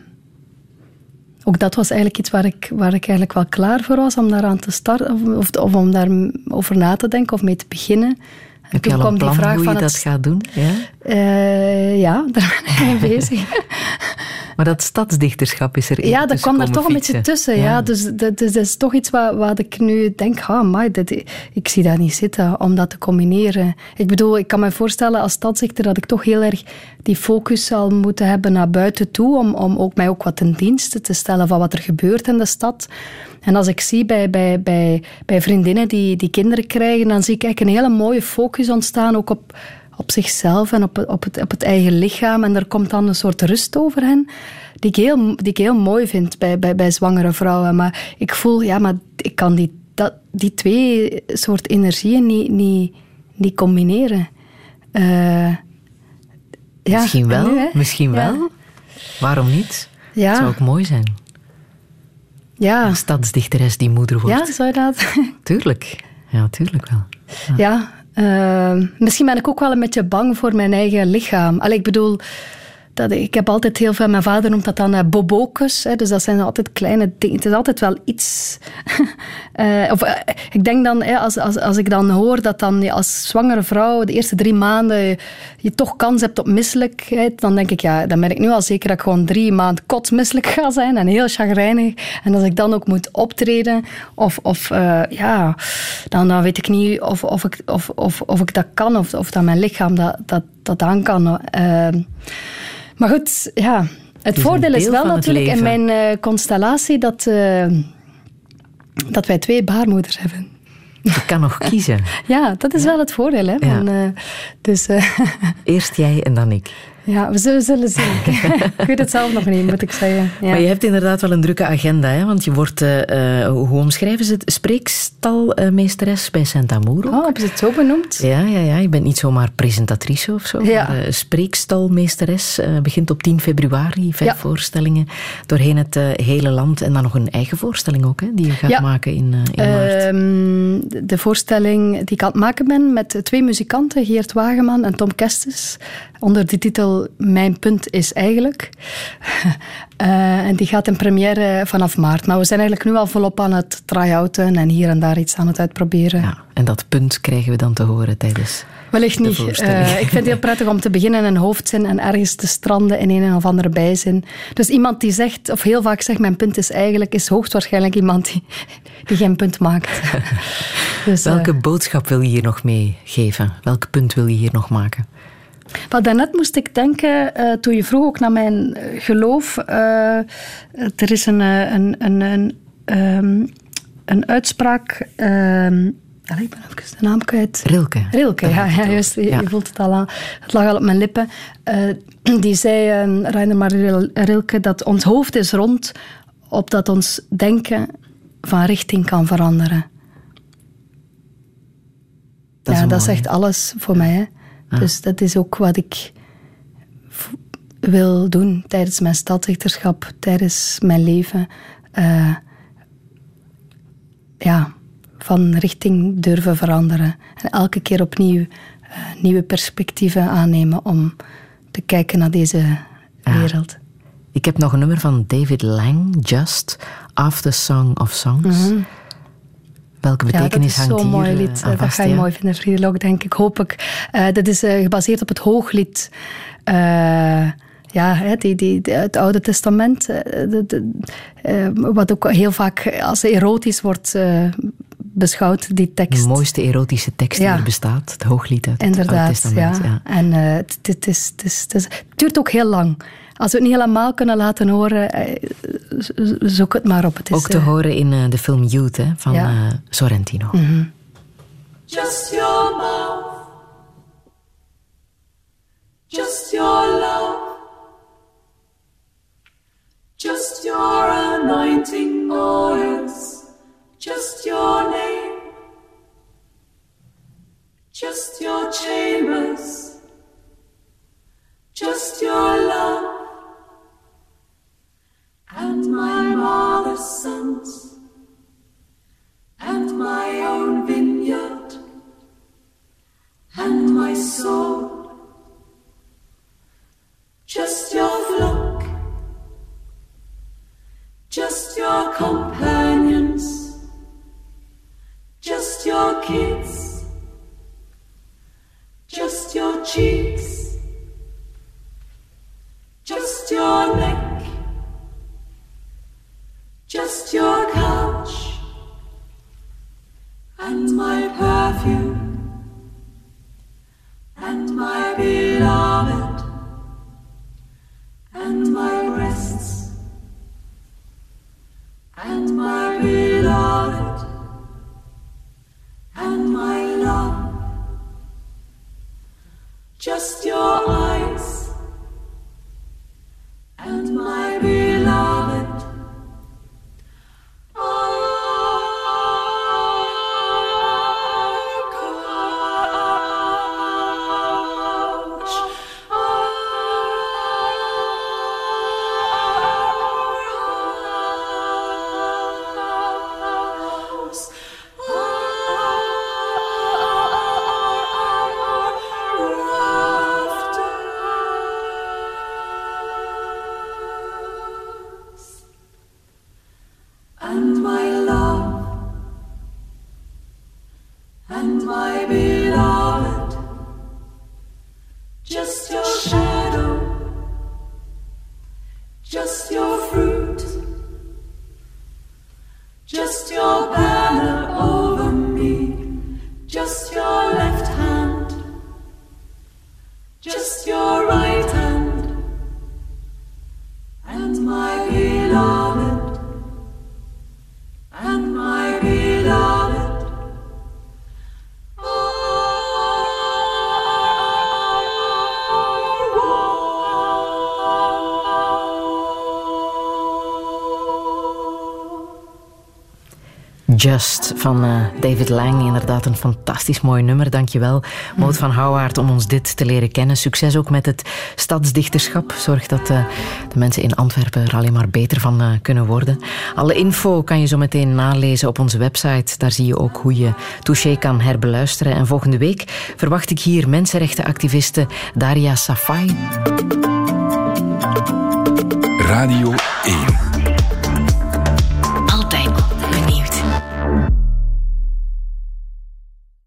D: Ook dat was eigenlijk iets waar ik, waar ik eigenlijk wel klaar voor was om daaraan te starten of, of om daarover na te denken of mee te beginnen.
C: Heb je al een plan hoe je dat het... gaat doen? Ja,
D: uh, ja daar ben ik mee bezig.
C: Maar dat stadsdichterschap is er in.
D: Ja, dat kwam daar toch
C: fietsen.
D: een beetje tussen. Ja. Ja. Dus dat, dat is toch iets wat, wat ik nu denk, ah, amai, dat, ik zie dat niet zitten om dat te combineren. Ik bedoel, ik kan me voorstellen als stadsdichter dat ik toch heel erg die focus zal moeten hebben naar buiten toe, om, om ook mij ook wat ten dienste te stellen van wat er gebeurt in de stad. En als ik zie bij, bij, bij, bij vriendinnen die, die kinderen krijgen, dan zie ik eigenlijk een hele mooie focus ontstaan, ook op, op zichzelf en op, op, het, op het eigen lichaam. En er komt dan een soort rust over hen, die ik heel, die ik heel mooi vind bij, bij, bij zwangere vrouwen. Maar ik voel, ja, maar ik kan die, dat, die twee soort energieën niet, niet, niet combineren. Uh, ja,
C: misschien wel,
D: nu,
C: misschien wel.
D: Ja.
C: Waarom niet?
D: Ja.
C: Het zou ook mooi zijn.
D: Ja.
C: Een stadsdichteres die moeder wordt.
D: Ja, zou je dat?
C: Tuurlijk. Ja, tuurlijk wel.
D: Ja, ja uh, misschien ben ik ook wel een beetje bang voor mijn eigen lichaam. Allee, ik bedoel, dat, ik heb altijd heel veel... Mijn vader noemt dat dan uh, bobokus. Hè, dus dat zijn altijd kleine dingen. Het is altijd wel iets... uh, of, uh, ik denk dan, hè, als, als, als ik dan hoor dat dan ja, als zwangere vrouw de eerste drie maanden je, je toch kans hebt op misselijkheid, dan denk ik, ja, dan ben ik nu al zeker dat ik gewoon drie maanden kotsmisselijk ga zijn en heel chagrijnig. En als ik dan ook moet optreden, of, of uh, ja, dan, dan weet ik niet of, of, ik, of, of, of ik dat kan, of, of dat mijn lichaam dat, dat, dat aan kan. Uh, Maar goed, ja. Het, het voordeel is wel natuurlijk in mijn uh, constellatie dat, uh, dat wij twee baarmoeders hebben.
C: Je kan nog kiezen.
D: Ja, dat is ja. wel het voordeel. Hè,
C: ja.
D: van, uh, dus, uh,
C: Eerst jij en dan ik.
D: Ja, we zullen, zullen zien. Ik weet het zelf nog niet, moet ik zeggen. Ja.
C: Maar je hebt inderdaad wel een drukke agenda, hè? Want je wordt, uh, uh, hoe omschrijven ze het, spreekstalmeesteres bij Saint-Amour.
D: Oh, hebben ze het zo benoemd?
C: Ja, ja, ja. Je bent niet zomaar presentatrice of zo.
D: Ja.
C: Maar, uh, spreekstalmeesteres uh, begint op tien februari. Vijf ja. voorstellingen doorheen het uh, hele land. En dan nog een eigen voorstelling ook, hè, die je gaat ja. maken in, uh, in maart.
D: Uh, de voorstelling die ik aan het maken ben met twee muzikanten, Geert Wageman en Tom Kestes, onder de titel Mijn punt is eigenlijk. Uh, en die gaat in première vanaf maart. Maar we zijn eigenlijk nu al volop aan het try-outen en hier en daar iets aan het uitproberen.
C: Ja, en dat punt krijgen we dan te horen tijdens
D: Wellicht niet. Uh, ik vind het heel prettig om te beginnen in een hoofdzin en ergens te stranden in een of andere bijzin. Dus iemand die zegt, of heel vaak zegt, mijn punt is eigenlijk, is hoogstwaarschijnlijk iemand die, die geen punt maakt. Dus,
C: Welke
D: uh,
C: boodschap wil je hier nog meegeven? Welk punt wil je hier nog maken?
D: Wel, daarnet moest ik denken, uh, toen je vroeg ook naar mijn geloof. Uh, er is een, een, een, een, um, een uitspraak. Um, Allee, ik ben even de naam kwijt.
C: Rilke.
D: Rilke, ja, ja, juist. Je, ja. je voelt het al aan. Het lag al op mijn lippen. Uh, die zei, uh, Rainer Maria Rilke, dat ons hoofd is rond, opdat ons denken van richting kan veranderen. Dat ja, dat zegt alles voor mij, hè. Ah. Dus dat is ook wat ik v- wil doen tijdens mijn stadsdichterschap, tijdens mijn leven. Uh, ja, van richting durven veranderen. En elke keer opnieuw uh, nieuwe perspectieven aannemen om te kijken naar deze wereld. Ah.
C: Ik heb nog een nummer van David Lang, Just, After Song of Songs.
D: Mm-hmm.
C: Welke betekenis hangt hier
D: aan vast? Ja, dat is zo'n mooi lied.
C: Uh,
D: dat
C: vast,
D: ga je
C: ja?
D: mooi vinden, Friedelok, denk ik. Hoop ik. Uh, dat is uh, gebaseerd op het Hooglied. Uh, ja, hè, die, die, die, het Oude Testament. Uh, de, de, uh, wat ook heel vaak als erotisch wordt uh, beschouwd, die tekst.
C: De mooiste erotische tekst die ja. er bestaat. Het Hooglied uit
D: Inderdaad,
C: het Oude Testament.
D: Ja.
C: Ja.
D: En uh, het, het, is, het, is, het, is, het duurt ook heel lang. Als we het niet helemaal kunnen laten horen, zoek het maar op. Het is,
C: ook te uh, horen in uh, de film Youth, hè, van ja. uh, Sorrentino.
D: Mm-hmm.
N: Just your mouth, just your love, just your anointing oils, just your name, just your chambers, just your love. And my mother's sons, and my own vineyard, and my soul, just your flock, just your companions, just your kids, just your cheeks, just your neck, just your couch, and my perfume, and my beloved, and my breasts, and my beloved, and my love, just your eyes, and my beloved.
C: Just van uh, David Lang. Inderdaad een fantastisch mooi nummer. Dankjewel, Maud van Houwaard, om ons dit te leren kennen. Succes ook met het stadsdichterschap. Zorg dat uh, de mensen in Antwerpen er alleen maar beter van uh, kunnen worden. Alle info kan je zo meteen nalezen op onze website. Daar zie je ook hoe je Touché kan herbeluisteren. En volgende week verwacht ik hier mensenrechtenactiviste Daria Safai.
O: Radio één.